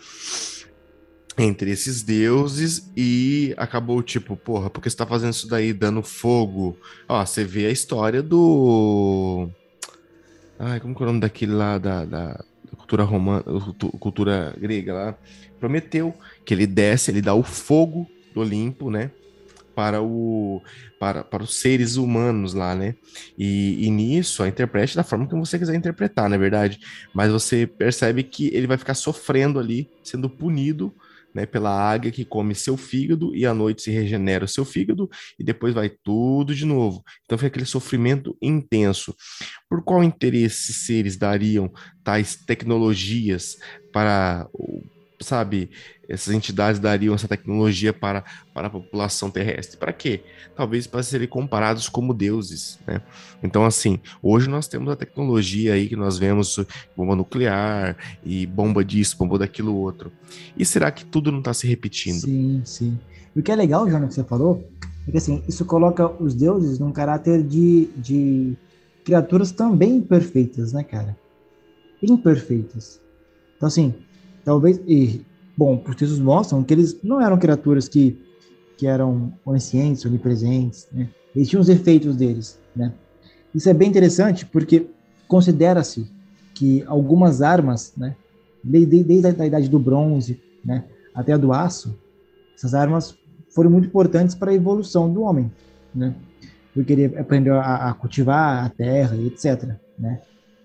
entre esses deuses e acabou tipo, porra, por que você tá fazendo isso daí dando fogo?" Ó, você vê a história do Ai, como que é o nome daquele lá da, da, da cultura romana, cultura grega lá? Prometeu que ele desce, ele dá o fogo do Olimpo, né? Para, o, para, para os seres humanos lá, né? E, e nisso, a interprete da forma que você quiser interpretar, na verdade. Mas você percebe que ele vai ficar sofrendo ali, sendo punido, né, pela águia que come seu fígado e à noite se regenera o seu fígado e depois vai tudo de novo. Então fica aquele sofrimento intenso. Por qual interesse seres dariam tais tecnologias para, sabe, essas entidades dariam essa tecnologia para, para a população terrestre? Para quê? Talvez para serem comparados como deuses, né? Então, assim, hoje nós temos a tecnologia aí que nós vemos bomba nuclear e bomba disso, bomba daquilo outro. E será que tudo não está se repetindo? Sim, sim. E o que é legal, Jonas, que você falou, é que assim, isso coloca os deuses num caráter de, de criaturas também imperfeitas, né, cara? Imperfeitas. Então, assim, talvez. E, bom, os textos mostram que eles não eram criaturas que, que eram oniscientes, onipresentes, né? Eles tinham os efeitos deles, né? Isso é bem interessante porque considera-se que algumas armas, né, desde, desde a idade do bronze, né, até a do aço, essas armas foram muito importantes para a evolução do homem, né? Porque ele aprendeu a, a cultivar a terra e etcétera, né?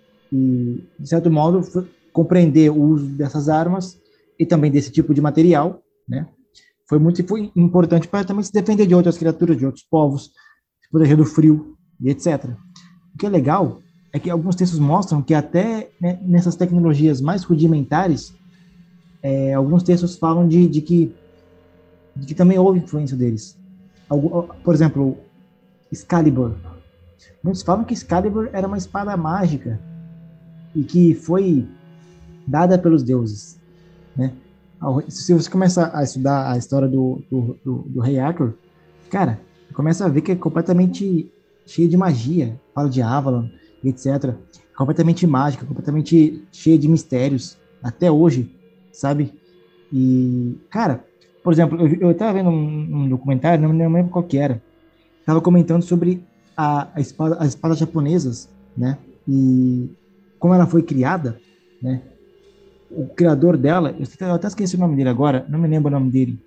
E, de certo modo, foi, compreender o uso dessas armas e também desse tipo de material, né, foi muito foi importante para também se defender de outras criaturas, de outros povos, se proteger do frio e etcétera. O que é legal é que alguns textos mostram que até, né, nessas tecnologias mais rudimentares, é, alguns textos falam de, de, que, de que também houve influência deles. Algo, por exemplo, Excalibur. Muitos falam que Excalibur era uma espada mágica e que foi dada pelos deuses, né? Se você começa a estudar a história do, do, do, do rei Arthur, cara, começa a ver que é completamente cheio de magia, fala de Avalon, etcétera. Completamente mágica, completamente cheia de mistérios, até hoje, sabe? E, cara, por exemplo, eu, eu tava vendo um, um documentário, não me lembro qual que era, tava comentando sobre a, a espada, as espadas japonesas, né? E como ela foi criada, né? O criador dela, eu até esqueci o nome dele agora, não me lembro o nome dele,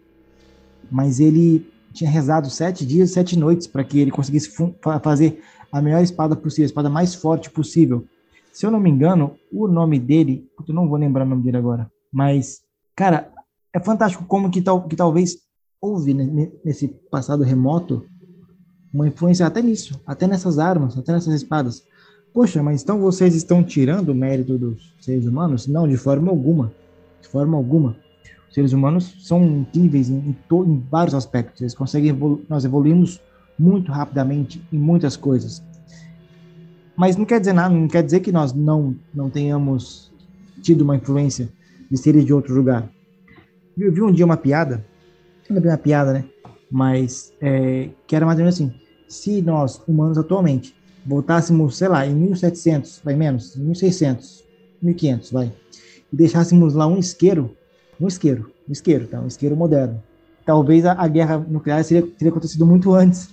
mas ele tinha rezado sete dias e sete noites para que ele conseguisse fazer a melhor espada possível, a espada mais forte possível. Se eu não me engano, o nome dele, eu não vou lembrar o nome dele agora, mas, cara, é fantástico como que, tal, que talvez houve nesse passado remoto uma influência até nisso, até nessas armas, até nessas espadas. Poxa, mas então vocês estão tirando o mérito dos seres humanos? Não, de forma alguma. De forma alguma. Os seres humanos são incríveis em, em, to, em vários aspectos. Eles conseguem evolu- nós evoluímos muito rapidamente em muitas coisas. Mas não quer dizer nada, não quer dizer que nós não, não tenhamos tido uma influência de seres de outro lugar. Eu vi um dia uma piada, não é bem uma piada, né? Mas é, que era mais ou menos assim: se nós, humanos atualmente, voltássemos, sei lá, em mil e setecentos, vai menos, mil e seiscentos, mil e quinhentos, vai, e deixássemos lá um isqueiro, um isqueiro, um isqueiro, tá? Um isqueiro moderno. Talvez a, a guerra nuclear seria, teria acontecido muito antes,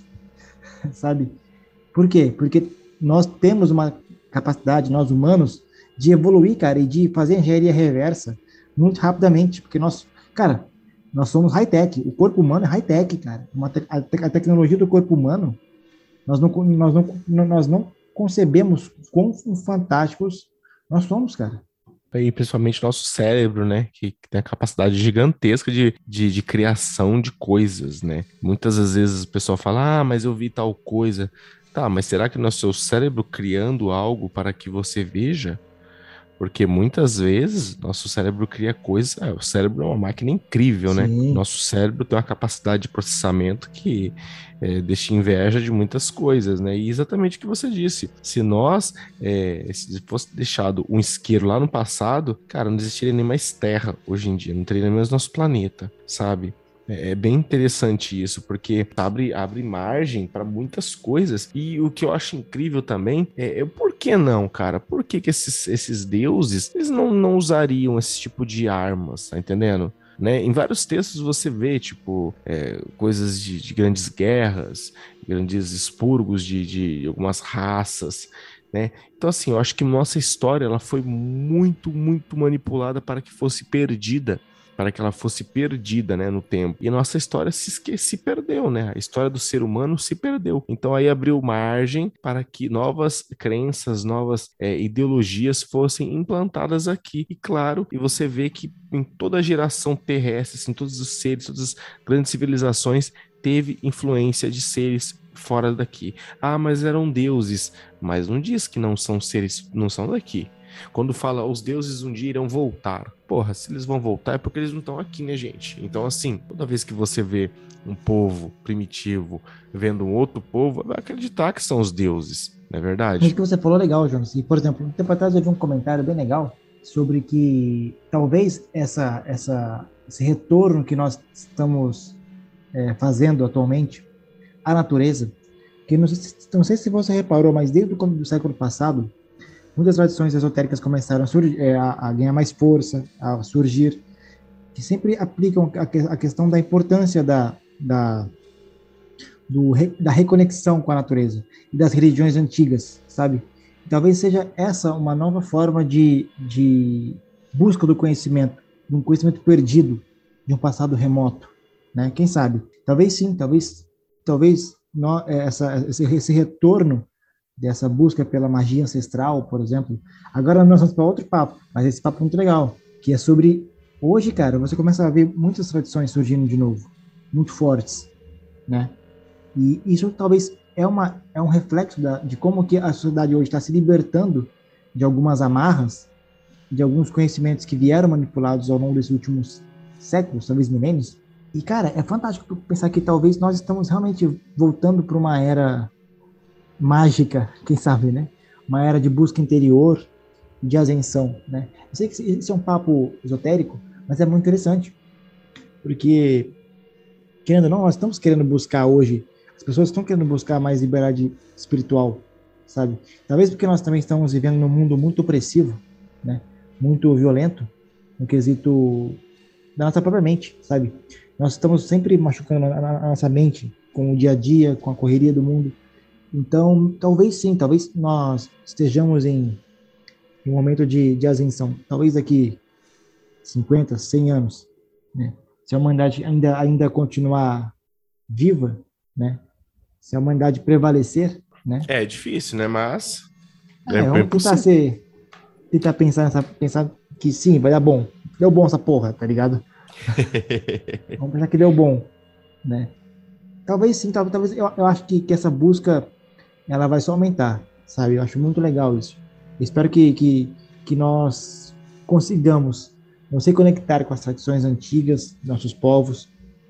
sabe? Por quê? Porque nós temos uma capacidade, nós humanos, de evoluir, cara, e de fazer engenharia reversa muito rapidamente, porque nós, cara, nós somos high-tech, o corpo humano é high-tech, cara. Uma te- a, te- a tecnologia do corpo humano, nós não, nós não, nós não concebemos quão fantásticos nós somos, cara. E principalmente nosso cérebro, né? Que, que tem a capacidade gigantesca de, de, de criação de coisas, né? Muitas das vezes o pessoal fala, ah, mas eu vi tal coisa. Tá, mas será que não é o seu cérebro criando algo para que você veja? Porque muitas vezes nosso cérebro cria coisas. É, o cérebro é uma máquina incrível, né? Sim. Nosso cérebro tem uma capacidade de processamento que é, deixa inveja de muitas coisas, né? E exatamente o que você disse. Se nós, é, se fosse deixado um isqueiro lá no passado, cara, não existiria nem mais terra hoje em dia, não teria nem mais nosso planeta, sabe? É é bem interessante isso, porque abre, abre margem para muitas coisas. E o que eu acho incrível também é, é por que não, cara? Por que, que esses, esses deuses eles não, não usariam esse tipo de armas, tá entendendo? Né? Em vários textos você vê, tipo, é, coisas de, de grandes guerras, grandes expurgos de, de algumas raças, né? Então, assim, eu acho que nossa história ela foi muito, muito manipulada para que fosse perdida. Para que ela fosse perdida, né, no tempo. E a nossa história se, esque se perdeu, né? A história do ser humano se perdeu. Então aí abriu margem para que novas crenças, novas é, ideologias fossem implantadas aqui. E claro, e você vê que em toda a geração terrestre, assim, todos os seres, todas as grandes civilizações, teve influência de seres fora daqui. Ah, mas eram deuses. Mas não diz que não são seres, não são daqui. Quando fala os deuses um dia irão voltar. Porra, se eles vão voltar é porque eles não estão aqui, né, gente? Então, assim, toda vez que você vê um povo primitivo vendo um outro povo, vai acreditar que são os deuses, não é verdade? Isso que você falou é legal, Jonas. E, por exemplo, um tempo atrás eu vi um comentário bem legal sobre que talvez essa, essa, esse retorno que nós estamos é, fazendo atualmente à natureza, que não sei, se, não sei se você reparou, mas desde o começo do século passado, muitas tradições esotéricas começaram a, surgir, é, a, a ganhar mais força, a surgir, que sempre aplicam a, a questão da importância da, da, do, da reconexão com a natureza e das religiões antigas, sabe? Talvez seja essa uma nova forma de, de busca do conhecimento, de um conhecimento perdido, de um passado remoto, né? Quem sabe? Talvez sim, talvez, talvez no, essa, esse, esse retorno dessa busca pela magia ancestral, por exemplo. Agora nós vamos para outro papo, mas esse papo é muito legal, que é sobre hoje, cara, você começa a ver muitas tradições surgindo de novo, muito fortes, né? E isso talvez é, uma, é um reflexo da, de como que a sociedade hoje está se libertando de algumas amarras, de alguns conhecimentos que vieram manipulados ao longo desses últimos séculos, talvez milênios. E, cara, é fantástico pensar que talvez nós estamos realmente voltando para uma era mágica, quem sabe, né? Uma era de busca interior, de ascensão, né? Eu sei que esse é um papo esotérico, mas é muito interessante, porque, querendo ou não, nós estamos querendo buscar hoje, as pessoas estão querendo buscar mais liberdade espiritual, sabe? Talvez porque nós também estamos vivendo num mundo muito opressivo, né? Muito violento, no quesito da nossa própria mente, sabe? Nós estamos sempre machucando a, a, a nossa mente com o dia a dia, com a correria do mundo. Então, talvez sim, talvez nós estejamos em, em um momento de, de ascensão. Talvez daqui cinquenta, cem anos, né? Se a humanidade ainda, ainda continuar viva, né? Se a humanidade prevalecer, né? É difícil, né? Mas É, é bem vamos tentar possível. ser, tentar pensar nessa, pensar que sim, vai dar bom. Deu bom essa porra, tá ligado? Vamos pensar que deu bom, né? Talvez sim, talvez, talvez eu, eu acho que, que essa busca ela vai só aumentar, sabe? Eu acho muito legal isso. Eu espero que, que, que nós consigamos nos reconectar com as tradições antigas dos nossos povos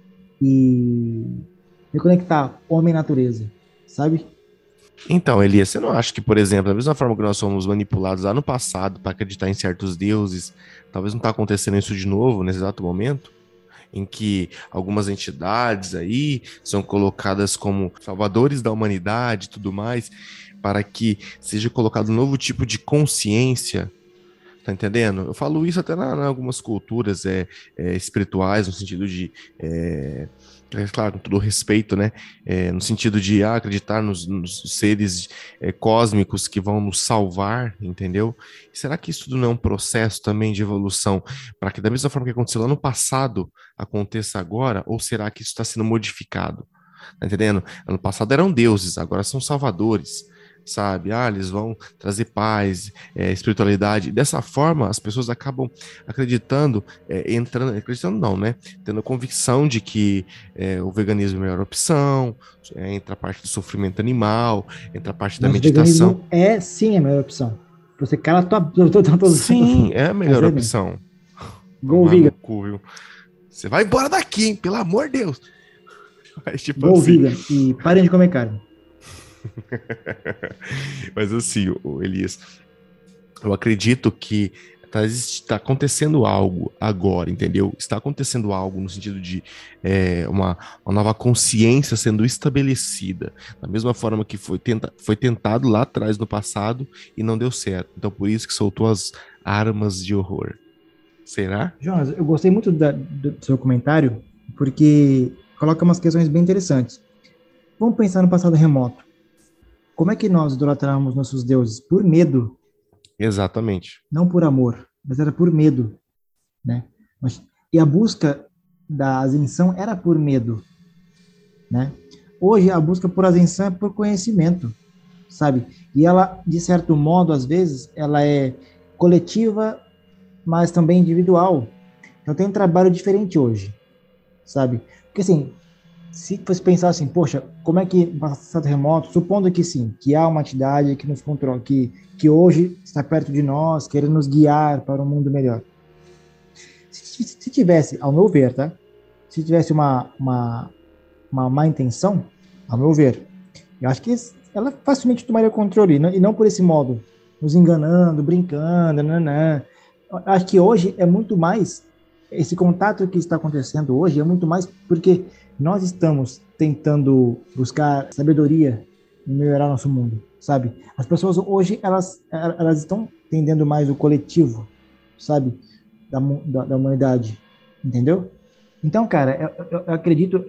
e reconectar homem e natureza, sabe? Então, Elias, você não acha que, por exemplo, da mesma forma que nós fomos manipulados lá no passado para acreditar em certos deuses, talvez não está acontecendo isso de novo nesse exato momento? Em que algumas entidades aí são colocadas como salvadores da humanidade e tudo mais, para que seja colocado um novo tipo de consciência. Tá entendendo? Eu falo isso até na, na algumas culturas é, é, espirituais, no sentido de. É, é claro, com todo respeito, né? É, no sentido de ah, acreditar nos, nos seres é, cósmicos que vão nos salvar, entendeu? Será que isso tudo não é um processo também de evolução para que, da mesma forma que aconteceu lá no passado, aconteça agora? Ou será que isso está sendo modificado? Tá entendendo? Ano passado eram deuses, agora são salvadores, sabe? Ah, eles vão trazer paz, é, espiritualidade. Dessa forma, as pessoas acabam acreditando, é, entrando, acreditando não, né? Tendo a convicção de que é, o veganismo é a melhor opção, é, entra a parte do sofrimento animal, entra a parte da Mas o meditação. veganismo é sim a melhor opção. Você cala tua. Tô, tô, tô, tô, Sim, é a mas melhor é mesmo. opção. Go Tomar no vegan. cu, viu? Você vai embora daqui, hein? Pelo amor de Deus. Mas, tipo Go assim. vegan. E parem de comer carne. Mas assim, o Elias, eu acredito que está tá acontecendo algo agora, entendeu? Está acontecendo algo no sentido de é, uma, uma nova consciência sendo estabelecida, da mesma forma que foi, tenta, foi tentado lá atrás no passado e não deu certo. Então, por isso que soltou as armas de horror. Será? Jonas, eu gostei muito da, do seu comentário, porque coloca umas questões bem interessantes. Vamos pensar no passado remoto. Como é que nós idolatramos nossos deuses? Por medo, Exatamente. não por amor, mas era por medo, né? Mas, e a busca da ascensão era por medo, né? Hoje a busca por ascensão é por conhecimento, sabe? E ela, de certo modo, às vezes, ela é coletiva, mas também individual. Então tem um trabalho diferente hoje, sabe? Porque assim, se você pensar assim, poxa, como é que no passado remoto, supondo que sim, que há uma entidade que nos controla, que, que hoje está perto de nós, querendo nos guiar para um mundo melhor. Se, se tivesse, ao meu ver, tá? Se tivesse uma, uma, uma má intenção, ao meu ver, eu acho que ela facilmente tomaria o controle, e não, e não por esse modo, nos enganando, brincando, nanã. Eu acho que hoje é muito mais, esse contato que está acontecendo hoje é muito mais porque nós estamos tentando buscar sabedoria e melhorar nosso mundo, sabe? As pessoas hoje, elas, elas estão entendendo mais o coletivo, sabe? Da, da, da humanidade, entendeu? Então, cara, eu, eu, eu acredito, eu,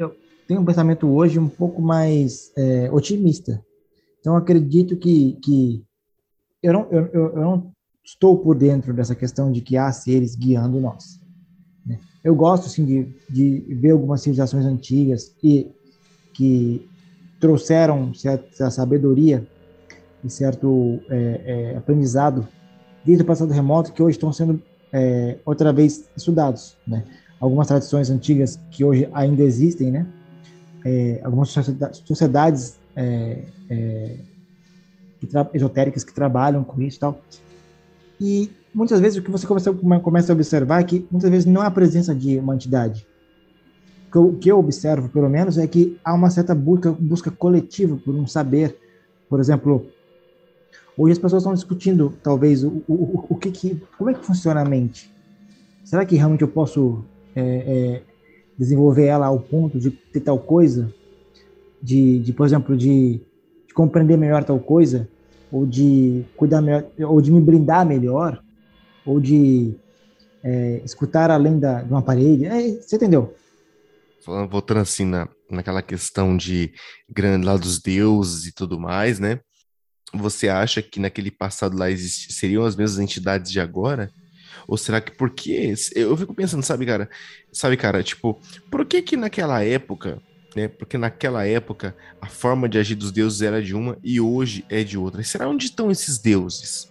tenho um pensamento hoje um pouco mais é, otimista. Então, acredito que, que eu, não, eu, eu eu não estou por dentro dessa questão de que há seres guiando nós, né? Eu gosto, sim, de, de ver algumas civilizações antigas e que trouxeram certa sabedoria e certo é, é, aprendizado desde o passado remoto que hoje estão sendo é, outra vez estudados, né? Algumas tradições antigas que hoje ainda existem, né? É, algumas sociedades é, é, que esotéricas que trabalham com isso e tal. E muitas vezes o que você começa, começa a observar é que muitas vezes não é a presença de uma entidade. O que eu observo, pelo menos, é que há uma certa busca, busca coletiva por um saber. Por exemplo, hoje as pessoas estão discutindo, talvez, o, o, o que, que como é que funciona a mente. Será que realmente eu posso é, é, desenvolver ela ao ponto de ter tal coisa? De, de por exemplo, de, de compreender melhor tal coisa? Ou de cuidar melhor, ou de me brindar melhor? Ou de é, escutar além da, de uma parede? É, você entendeu? Falando, voltando assim na, naquela questão de grande lá dos deuses e tudo mais, né? Você acha que naquele passado lá existe, seriam as mesmas entidades de agora? Ou será que por quê? Eu fico pensando, sabe, cara? Sabe, cara, tipo, por que que naquela época, né? Porque naquela época a forma de agir dos deuses era de uma e hoje é de outra. Será onde estão esses deuses?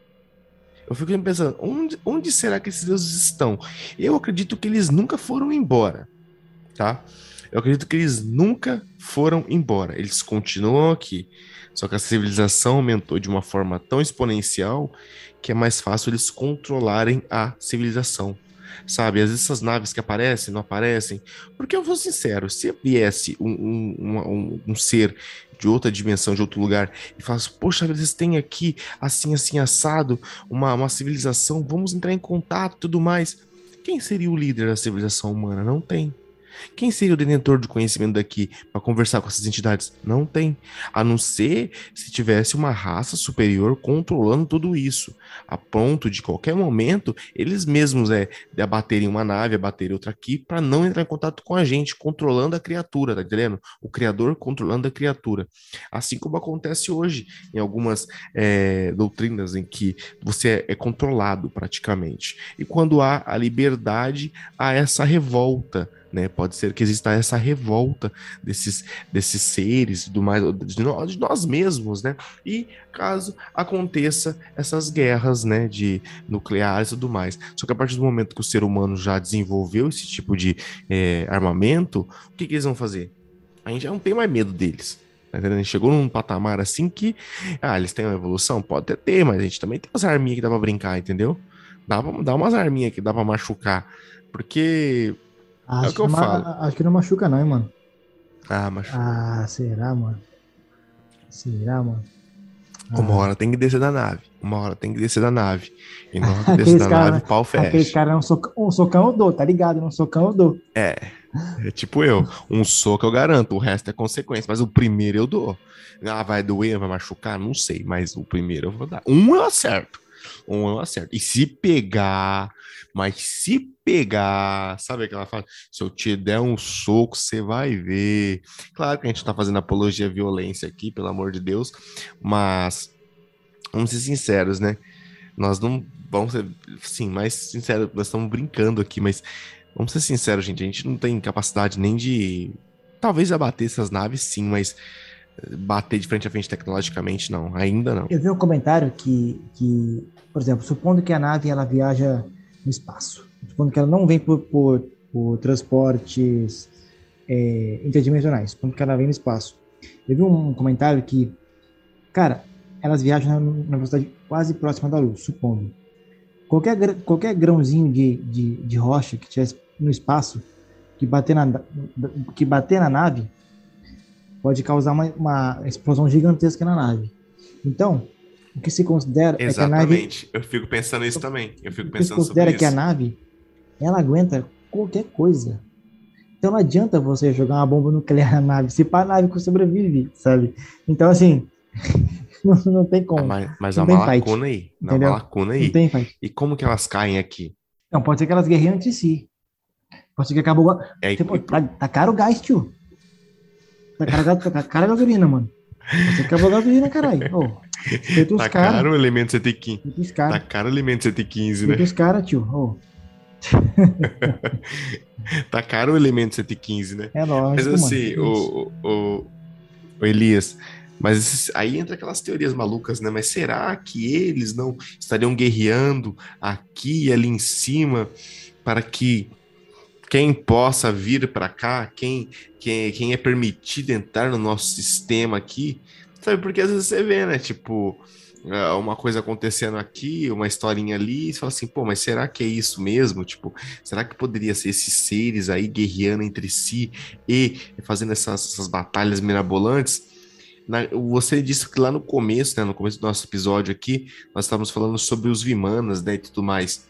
Eu fico pensando, onde, onde será que esses deuses estão? Eu acredito que eles nunca foram embora, tá? Eu acredito que eles nunca foram embora. Eles continuam aqui. Só que a civilização aumentou de uma forma tão exponencial que é mais fácil eles controlarem a civilização. Sabe, às vezes essas naves que aparecem, não aparecem. Porque eu vou sincero, se viesse um, um, um, um ser de outra dimensão, de outro lugar, e falasse, poxa, vocês têm aqui, assim, assim, assado, uma, uma civilização, vamos entrar em contato e tudo mais. Quem seria o líder da civilização humana? Não tem. Quem seria o detentor de conhecimento daqui para conversar com essas entidades? Não tem. A não ser se tivesse uma raça superior controlando tudo isso, a ponto de qualquer momento eles mesmos é abaterem uma nave, abaterem outra aqui, para não entrar em contato com a gente, controlando a criatura, tá entendendo? O criador controlando a criatura. Assim como acontece hoje em algumas é, doutrinas em que você é, é controlado praticamente. E quando há a liberdade, há essa revolta. Né? Pode ser que exista essa revolta desses, desses seres, do mais, de, nós, de nós mesmos, né? E caso aconteça essas guerras, né, de nucleares e tudo mais. Só que a partir do momento que o ser humano já desenvolveu esse tipo de é, armamento, o que, que eles vão fazer? A gente já não tem mais medo deles. Tá entendendo? A gente chegou num patamar assim que, ah, eles têm uma evolução? Pode até ter, mas a gente também tem umas arminhas que dá pra brincar, entendeu? Dá, pra, dá umas arminhas que dá pra machucar. Porque é o Acho que que, eu não, falo. acho que não machuca, não, hein, mano? Ah, machuca. Ah, será, mano? Será, mano? Uma Ah. hora tem que descer da nave. Uma hora tem que descer da nave. E na hora que descer Aqueles da nave, caras, o pau aqueles fecha. caras, um, soca, um socão eu dou, tá ligado? Um socão eu dou. É, é tipo eu. Um soco eu garanto, o resto é consequência. Mas o primeiro eu dou. Ah, vai doer, vai machucar? Não sei, mas o primeiro eu vou dar. Um eu acerto. Um eu acerto. E se pegar, mas se pegar, sabe aquela fala? Se eu te der um soco, você vai ver. Claro que a gente tá fazendo apologia à violência aqui, pelo amor de Deus, mas vamos ser sinceros, né? Nós não vamos ser, sim, mais sinceros, nós estamos brincando aqui, mas vamos ser sinceros, gente, a gente não tem capacidade nem de talvez abater essas naves, sim, mas bater de frente a frente tecnologicamente, não, ainda não. Eu vi um comentário que, que, por exemplo, supondo que a nave ela viaja no espaço, supondo que ela não vem por, por, por transportes é, interdimensionais, supondo que ela vem no espaço. Eu vi um comentário que, cara, elas viajam na, na velocidade quase próxima da luz, supondo. Qualquer, qualquer grãozinho de, de, de rocha que tivesse no espaço, que bater na, que bater na nave, pode causar uma, uma explosão gigantesca na nave. Então, o que se considera Exatamente. é que a nave... Eu fico pensando nisso também. Eu fico o que se pensando considera sobre é que a isso. nave, ela aguenta qualquer coisa. Então não adianta você jogar uma bomba nuclear na nave, se pá, a nave sobrevive, sabe? Então, assim, não, não tem Ah, como. mas, mas Não há uma tem fight, lacuna aí. Há uma entendeu? lacuna Não aí. tem fight. E como que elas caem aqui? Não, pode ser que elas guerreiam entre si. Pode ser que acabou. É, e, Tipo, e, tá, tá caro o gás, tio. Tá cara, tá cara gasolina, mano. Você acabou a gasolina, caralho. Ô, respeita os Tá caras. caro o elemento cento e quinze. Respeita os Tá caras. caro o elemento cento e quinze, né? Respeita os caras, tio. Ô, Tá caro o elemento cento e quinze, né? é Mas lógico, mano. assim, Que isso. o, o, o Elias, mas esses- aí entra aquelas teorias malucas, né? Mas será que eles não estariam guerreando aqui e ali em cima para que quem possa vir para cá, quem, quem, quem é permitido entrar no nosso sistema aqui, sabe? Porque às vezes você vê, né? Tipo, ah, uma coisa acontecendo aqui, uma historinha ali, e você fala assim, pô, mas será que é isso mesmo? Tipo, será que poderia ser esses seres aí guerreando entre si e fazendo essas, essas batalhas mirabolantes? Na- você disse que lá no começo, né, no começo do nosso episódio aqui, nós estávamos falando sobre os Vimanas, né, e tudo mais.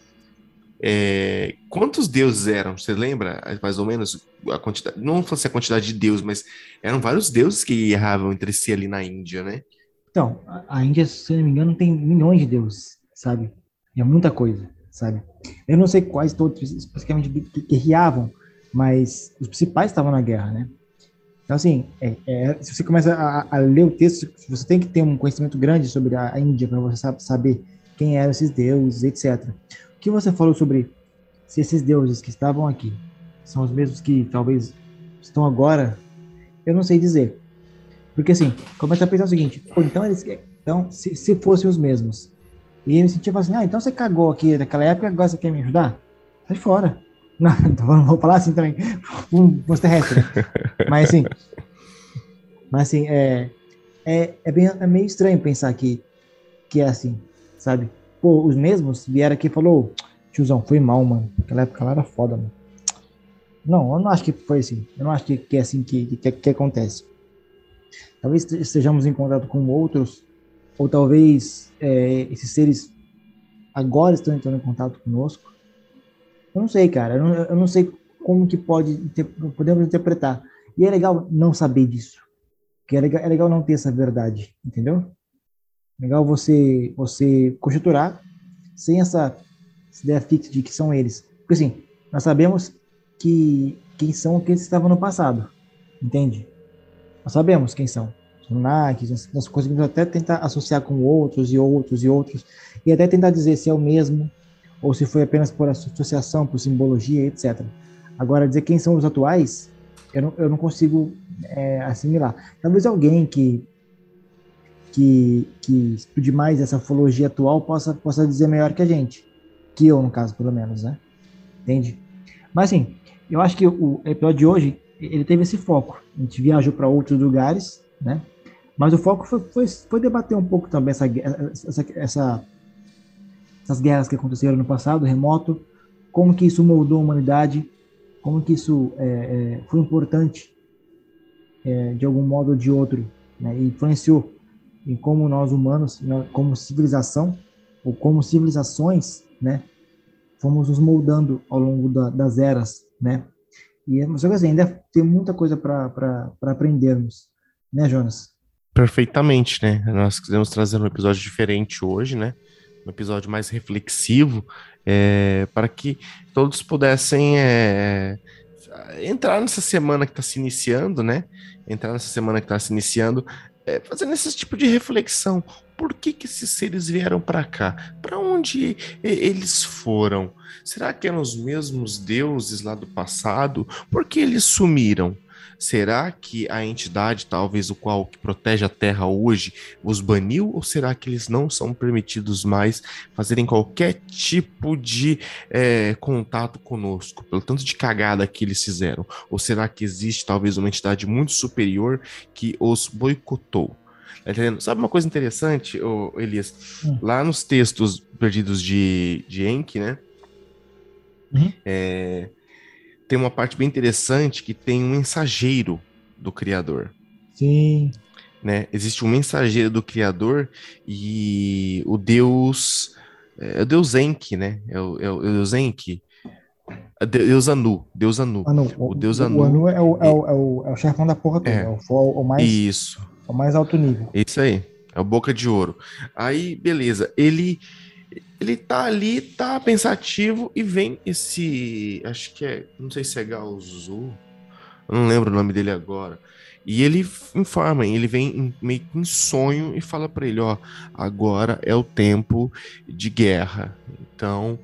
É, quantos deuses eram? Você lembra, mais ou menos, a quantidade? Não fosse a quantidade de deuses, mas eram vários deuses que guerreavam entre si ali na Índia, né? Então, a a Índia, se eu não me engano, tem milhões de deuses, sabe? É muita coisa, sabe? Eu não sei quais todos especificamente que que guerreavam, mas os principais estavam na guerra, né? Então, assim, é, é, se você começa a, a ler o texto, você tem que ter um conhecimento grande sobre a, a Índia para você sab- saber quem eram esses deuses, etcétera. O que você falou sobre se esses deuses que estavam aqui são os mesmos que talvez estão agora, eu não sei dizer. Porque, assim, começa a pensar o seguinte, pô, então, eles, então se, se fossem os mesmos, e ele sentia assim, ah, então você cagou aqui naquela época, agora você quer me ajudar? Sai fora. Não, então, não vou falar assim também, um, um terrestre, né? Mas, assim, mas, assim, é, é, é, bem, é meio estranho pensar que, que é assim, sabe? Pô, os mesmos vieram aqui e falou, tiozão, foi mal, mano. Naquela época lá era foda, mano. Não, eu não acho que foi assim. Eu não acho que, que é assim que, que, que acontece. Talvez estejamos em contato com outros, ou talvez é, esses seres agora estão entrando em contato conosco. Eu não sei, cara. Eu não, eu não sei como que pode inter- podemos interpretar. E é legal não saber disso. Porque é legal, é legal não ter essa verdade, entendeu? Legal você você conjecturar sem essa, essa ideia fixa de que são eles. Porque assim, nós sabemos que quem são aqueles que estavam no passado, entende? Nós sabemos quem são. Os Anunnakis, nós, nós conseguimos até tentar associar com outros e outros e outros, e até tentar dizer se é o mesmo, ou se foi apenas por associação, por simbologia, etcétera. Agora, dizer quem são os atuais, eu não, eu não consigo é, assimilar. Talvez alguém que que, que estude mais essa ufologia atual possa, possa dizer melhor que a gente. Que eu, no caso, pelo menos, né? Entende? Mas, assim, eu acho que o episódio de hoje, ele teve esse foco. A gente viajou para outros lugares, né? Mas o foco foi, foi, foi debater um pouco também essa, essa, essa, essas guerras que aconteceram no passado, remoto, como que isso moldou a humanidade, como que isso é, é, foi importante, é, de algum modo ou de outro, né? E influenciou em como nós humanos, né, como civilização, ou como civilizações, né, fomos nos moldando ao longo da, das eras, né? E só que assim, ainda tem muita coisa para aprendermos, né, Jonas? Perfeitamente, né? Nós quisemos trazer um episódio diferente hoje, né? Um episódio mais reflexivo, é, para que todos pudessem é, entrar nessa semana que está se iniciando, né? Entrar nessa semana que está se iniciando, é, fazendo esse tipo de reflexão. Por que que esses seres vieram para cá? Para onde e- eles foram? Será que eram os mesmos deuses lá do passado? Por que eles sumiram? Será que a entidade, talvez o qual que protege a Terra hoje, os baniu? Ou será que eles não são permitidos mais fazerem qualquer tipo de é, contato conosco, pelo tanto de cagada que eles fizeram? Ou será que existe talvez uma entidade muito superior que os boicotou? Tá entendendo? Sabe uma coisa interessante, ô, Elias? Hum. Lá nos textos perdidos de, de Enki, né? Uhum. É, tem uma parte bem interessante que tem um mensageiro do Criador. Sim. Né? Existe um mensageiro do Criador e o Deus. É o Deus Enki, né? É o, é o, é o Deus Enki. É Deus Anu. Deus Anu. Anu, O o, Deus o, o Anu. Anu é o, é, É, o, é, o, é o chefão da porra toda, é é o, o, o, mais, isso. o mais alto nível. Isso aí. É o Boca de Ouro. Aí, beleza. Ele. Ele tá ali, tá pensativo e vem esse. Acho que é. Não sei se é Galzu. Eu não lembro o nome dele agora. E ele f- informa, ele vem em- meio que em sonho e fala para ele, ó, agora é o tempo de guerra. Então,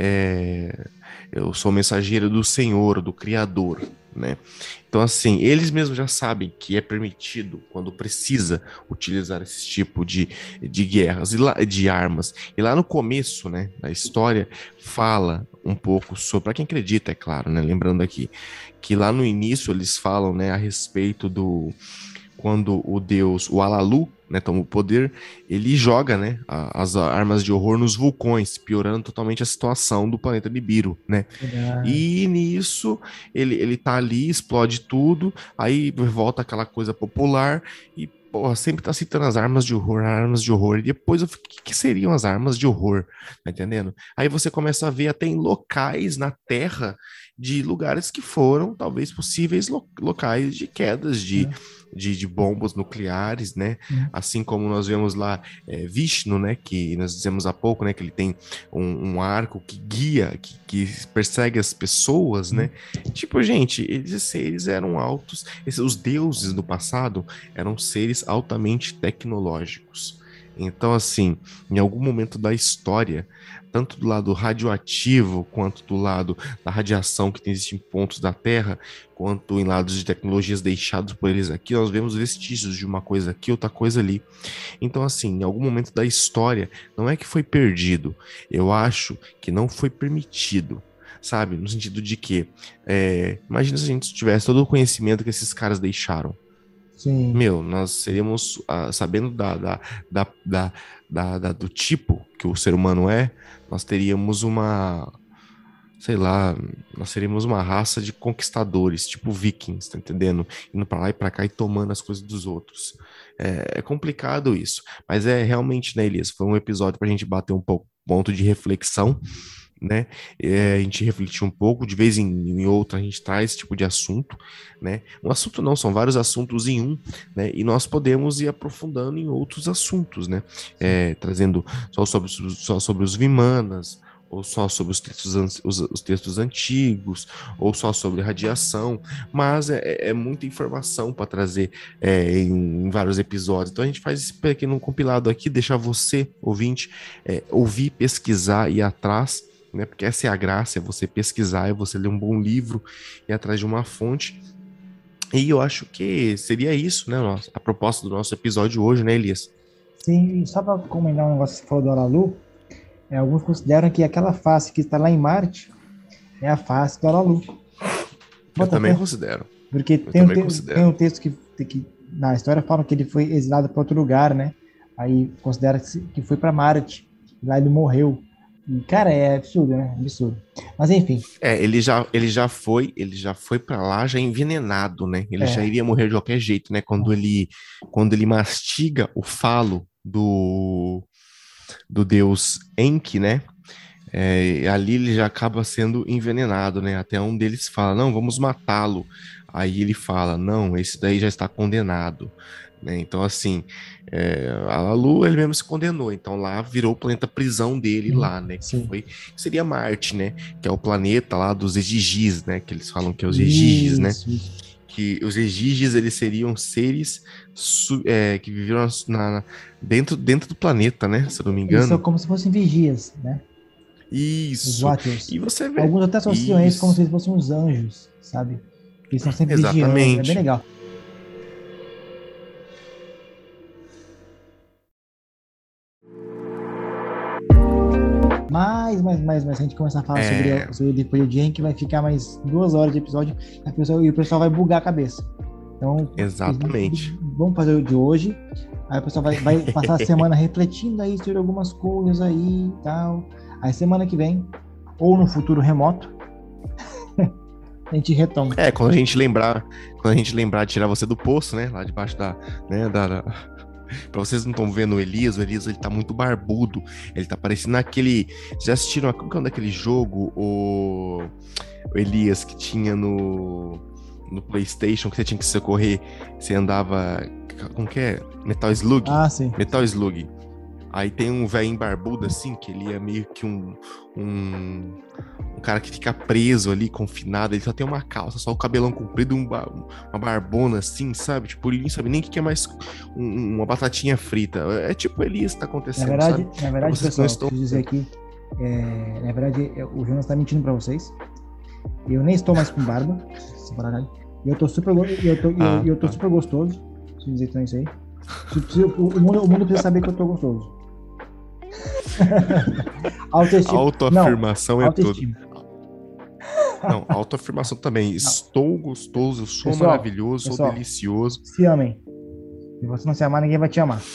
é, eu sou mensageiro do Senhor, do Criador, né? Então, assim, eles mesmos já sabem que é permitido, quando precisa, utilizar esse tipo de, de guerras, e lá- de armas. E lá no começo, né, da história, fala um pouco sobre, para quem acredita, é claro, né? Lembrando aqui, que lá no início eles falam, né, a respeito do quando o deus, o Alalu, né, toma o poder, ele joga, né, a- as armas de horror nos vulcões, piorando totalmente a situação do planeta Nibiru, né? Verdade. E nisso ele, ele tá ali, explode tudo, aí volta aquela coisa popular e porra, sempre tá citando as armas de horror, armas de horror. E depois eu fico, o que, que seriam as armas de horror? Tá entendendo? Aí você começa a ver até em locais na Terra de lugares que foram talvez possíveis lo- locais de quedas de, Né? de, de bombas nucleares, né? Sim. Assim como nós vemos lá é, Vishnu, né? Que nós dizemos há pouco, né? Que ele tem um, um arco que guia, que, que persegue as pessoas, né? Tipo, gente, esses seres eram altos, esses, os deuses do passado eram seres altamente tecnológicos. Então, assim, em algum momento da história, tanto do lado radioativo, quanto do lado da radiação que existe em pontos da Terra, quanto em lados de tecnologias deixados por eles aqui, nós vemos vestígios de uma coisa aqui, outra coisa ali. Então, assim, em algum momento da história, não é que foi perdido, eu acho que não foi permitido. Sabe? No sentido de que, é, imagina se a gente tivesse todo o conhecimento que esses caras deixaram. Sim. Meu, nós seríamos, ah, sabendo da, da, da, da, da- da- do tipo que o ser humano é, nós teríamos uma, sei lá, nós seríamos uma raça de conquistadores, tipo vikings, tá entendendo? Indo pra lá e pra cá e tomando as coisas dos outros. É, é complicado isso, mas é realmente, né, Elias? Foi um episódio pra gente bater um pouco ponto de reflexão, né? É, a gente refletir um pouco, de vez em, em outra a gente traz esse tipo de assunto, né? Um assunto não, são vários assuntos em um, né? E nós podemos ir aprofundando em outros assuntos, né? É, trazendo só sobre, só sobre os Vimanas, ou só sobre os textos, an- os, os textos antigos, ou só sobre radiação, mas é, é é muita informação para trazer é, em, em vários episódios. Então a gente faz esse pequeno compilado aqui, deixar você, ouvinte, é, ouvir, pesquisar e ir atrás, né? Porque essa é a graça, é você pesquisar, é você ler um bom livro e ir atrás de uma fonte. E eu acho que seria isso, né? Nossa, a proposta do nosso episódio hoje, né, Elias? Sim, e só para comentar um negócio que você falou do Alalu, é, alguns consideram que aquela face que está lá em Marte é a face do Alalu. Eu Bota também fé. considero. Porque Eu tem um, também te tem considero. um texto que, que na história fala que ele foi exilado para outro lugar, né? Aí considera que que foi para Marte. Lá ele morreu. E, cara, é absurdo, né? Absurdo. Mas enfim, É, ele já, ele já foi, ele já foi para lá já envenenado, né? Ele já é, iria morrer de qualquer jeito, né? Quando ele, quando ele mastiga o falo do, do deus Enki, né? É, ali ele já acaba sendo envenenado, né? Até um deles fala, não, vamos matá-lo. Aí ele fala, não, esse daí já está condenado, né? Então, assim, é, a Lalu, ele mesmo se condenou. Então, lá virou o planeta prisão dele sim, lá, né? Que sim. foi, que seria Marte, né? Que é o planeta lá dos Egigis, né? Que eles falam que é os Egigis, né? Isso, isso. Que os Egigis, eles seriam seres su- é, que viviam na, na- dentro, dentro do planeta, né? Se eu não me Eles são engano. como se fossem vigias, né? Os Isso. Watchers. E você vê. Alguns até associam eles como se Isso. eles fossem uns anjos, sabe? Eles estão sempre vigiando, é bem Exatamente. legal. Mas, mas, mas, mas, se a gente começar a falar sobre, É, o- sobre o depois de Henk, vai ficar mais duas horas de episódio e, a pessoa- e o pessoal vai bugar a cabeça. Então, exatamente. vamos fazer o de hoje. Aí o pessoal vai, vai passar a semana refletindo aí sobre algumas coisas aí e tal. Aí semana que vem, ou no futuro remoto, a gente retoma. É, quando a gente lembrar, quando a gente lembrar de tirar você do poço, né? Lá debaixo da, né, da, da... Pra vocês não estão vendo o Elias, o Elias ele tá muito barbudo. Ele tá parecendo aquele. Vocês já assistiram? Como que é o nome daquele jogo? O, o Elias que tinha no. No PlayStation, que você tinha que socorrer. Você andava. Como que é? Metal Slug? Ah, sim. Metal Slug. Aí tem um velhinho barbudo, assim, que ele é meio que um, um, um cara que fica preso ali, confinado. Ele só tem uma calça, só o cabelão comprido, um ba- uma barbona, assim, sabe? Tipo, ele não sabe nem o que que é mais um- uma batatinha frita. É tipo Elias que tá Na acontecendo, verdade, sabe? na verdade, Vocês que não pessoal, estão... preciso dizer aqui, é, na verdade, é, o Jonas tá mentindo pra vocês. Eu nem estou mais com barba, essa verdade. E eu tô super, go- e eu tô, e eu, Ah, e eu tô tá. super gostoso. Preciso dizer então isso aí. Se- se- O, o mundo, o mundo precisa saber que eu tô gostoso. Autoestima. Não, Autoafirmação é tudo. autoestima. Não, autoafirmação também. Não. Estou gostoso, eu sou Pessoal, maravilhoso, sou pessoal, delicioso. se amem. Se você não se amar, ninguém vai te amar.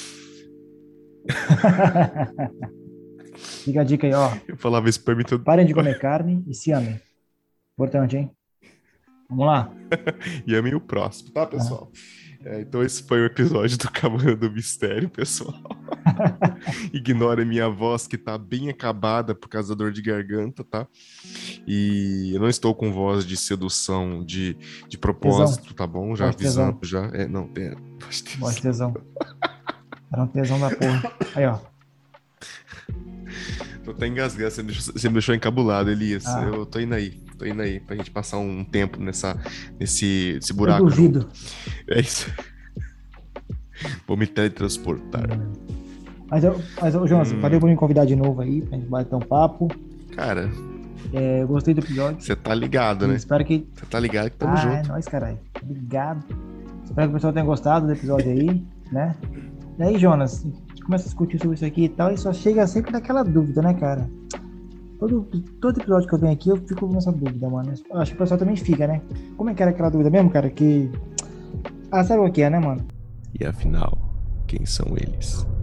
Fica a dica aí, ó. Eu falava isso pra mim todo... Parem de comer carne e se amem. Importante, hein? Vamos lá. E amem o próximo, tá, pessoal? É, então esse foi o episódio do Cabana do Mistério, pessoal. Ignore a minha voz, que tá bem acabada por causa da dor de garganta, tá? E eu não estou com voz de sedução, de, de propósito, tá bom? Já Voz de tesão. avisando, já. É, não, é, voz de tesão. Voz de tesão. Era um tesão da porra. Aí, ó. Tô até engasgado, você me deixou, você me deixou encabulado, Elias. Ah. Eu tô indo aí, tô indo aí pra gente passar um tempo nessa, nesse, nesse Eu buraco. duvido. junto. É isso. Vou me teletransportar. Mas, eu, mas ô, Jonas, Hum. valeu por me convidar de novo aí, pra gente bater um papo. Cara, É, eu gostei do episódio. você tá ligado, E né? espero que. Você tá ligado que tamo Ah, junto. é nóis, caralho. Obrigado. Espero que o pessoal tenha gostado do episódio aí, né? E aí, Jonas, a gente começa a discutir sobre isso aqui e tal, e só chega sempre naquela dúvida, né, cara? Todo, todo episódio que eu venho aqui, eu fico nessa dúvida, mano. Acho que o pessoal também fica, né? Como é que era aquela dúvida mesmo, cara? Que. Ah, sabe o que é, né, mano? E afinal, quem são eles?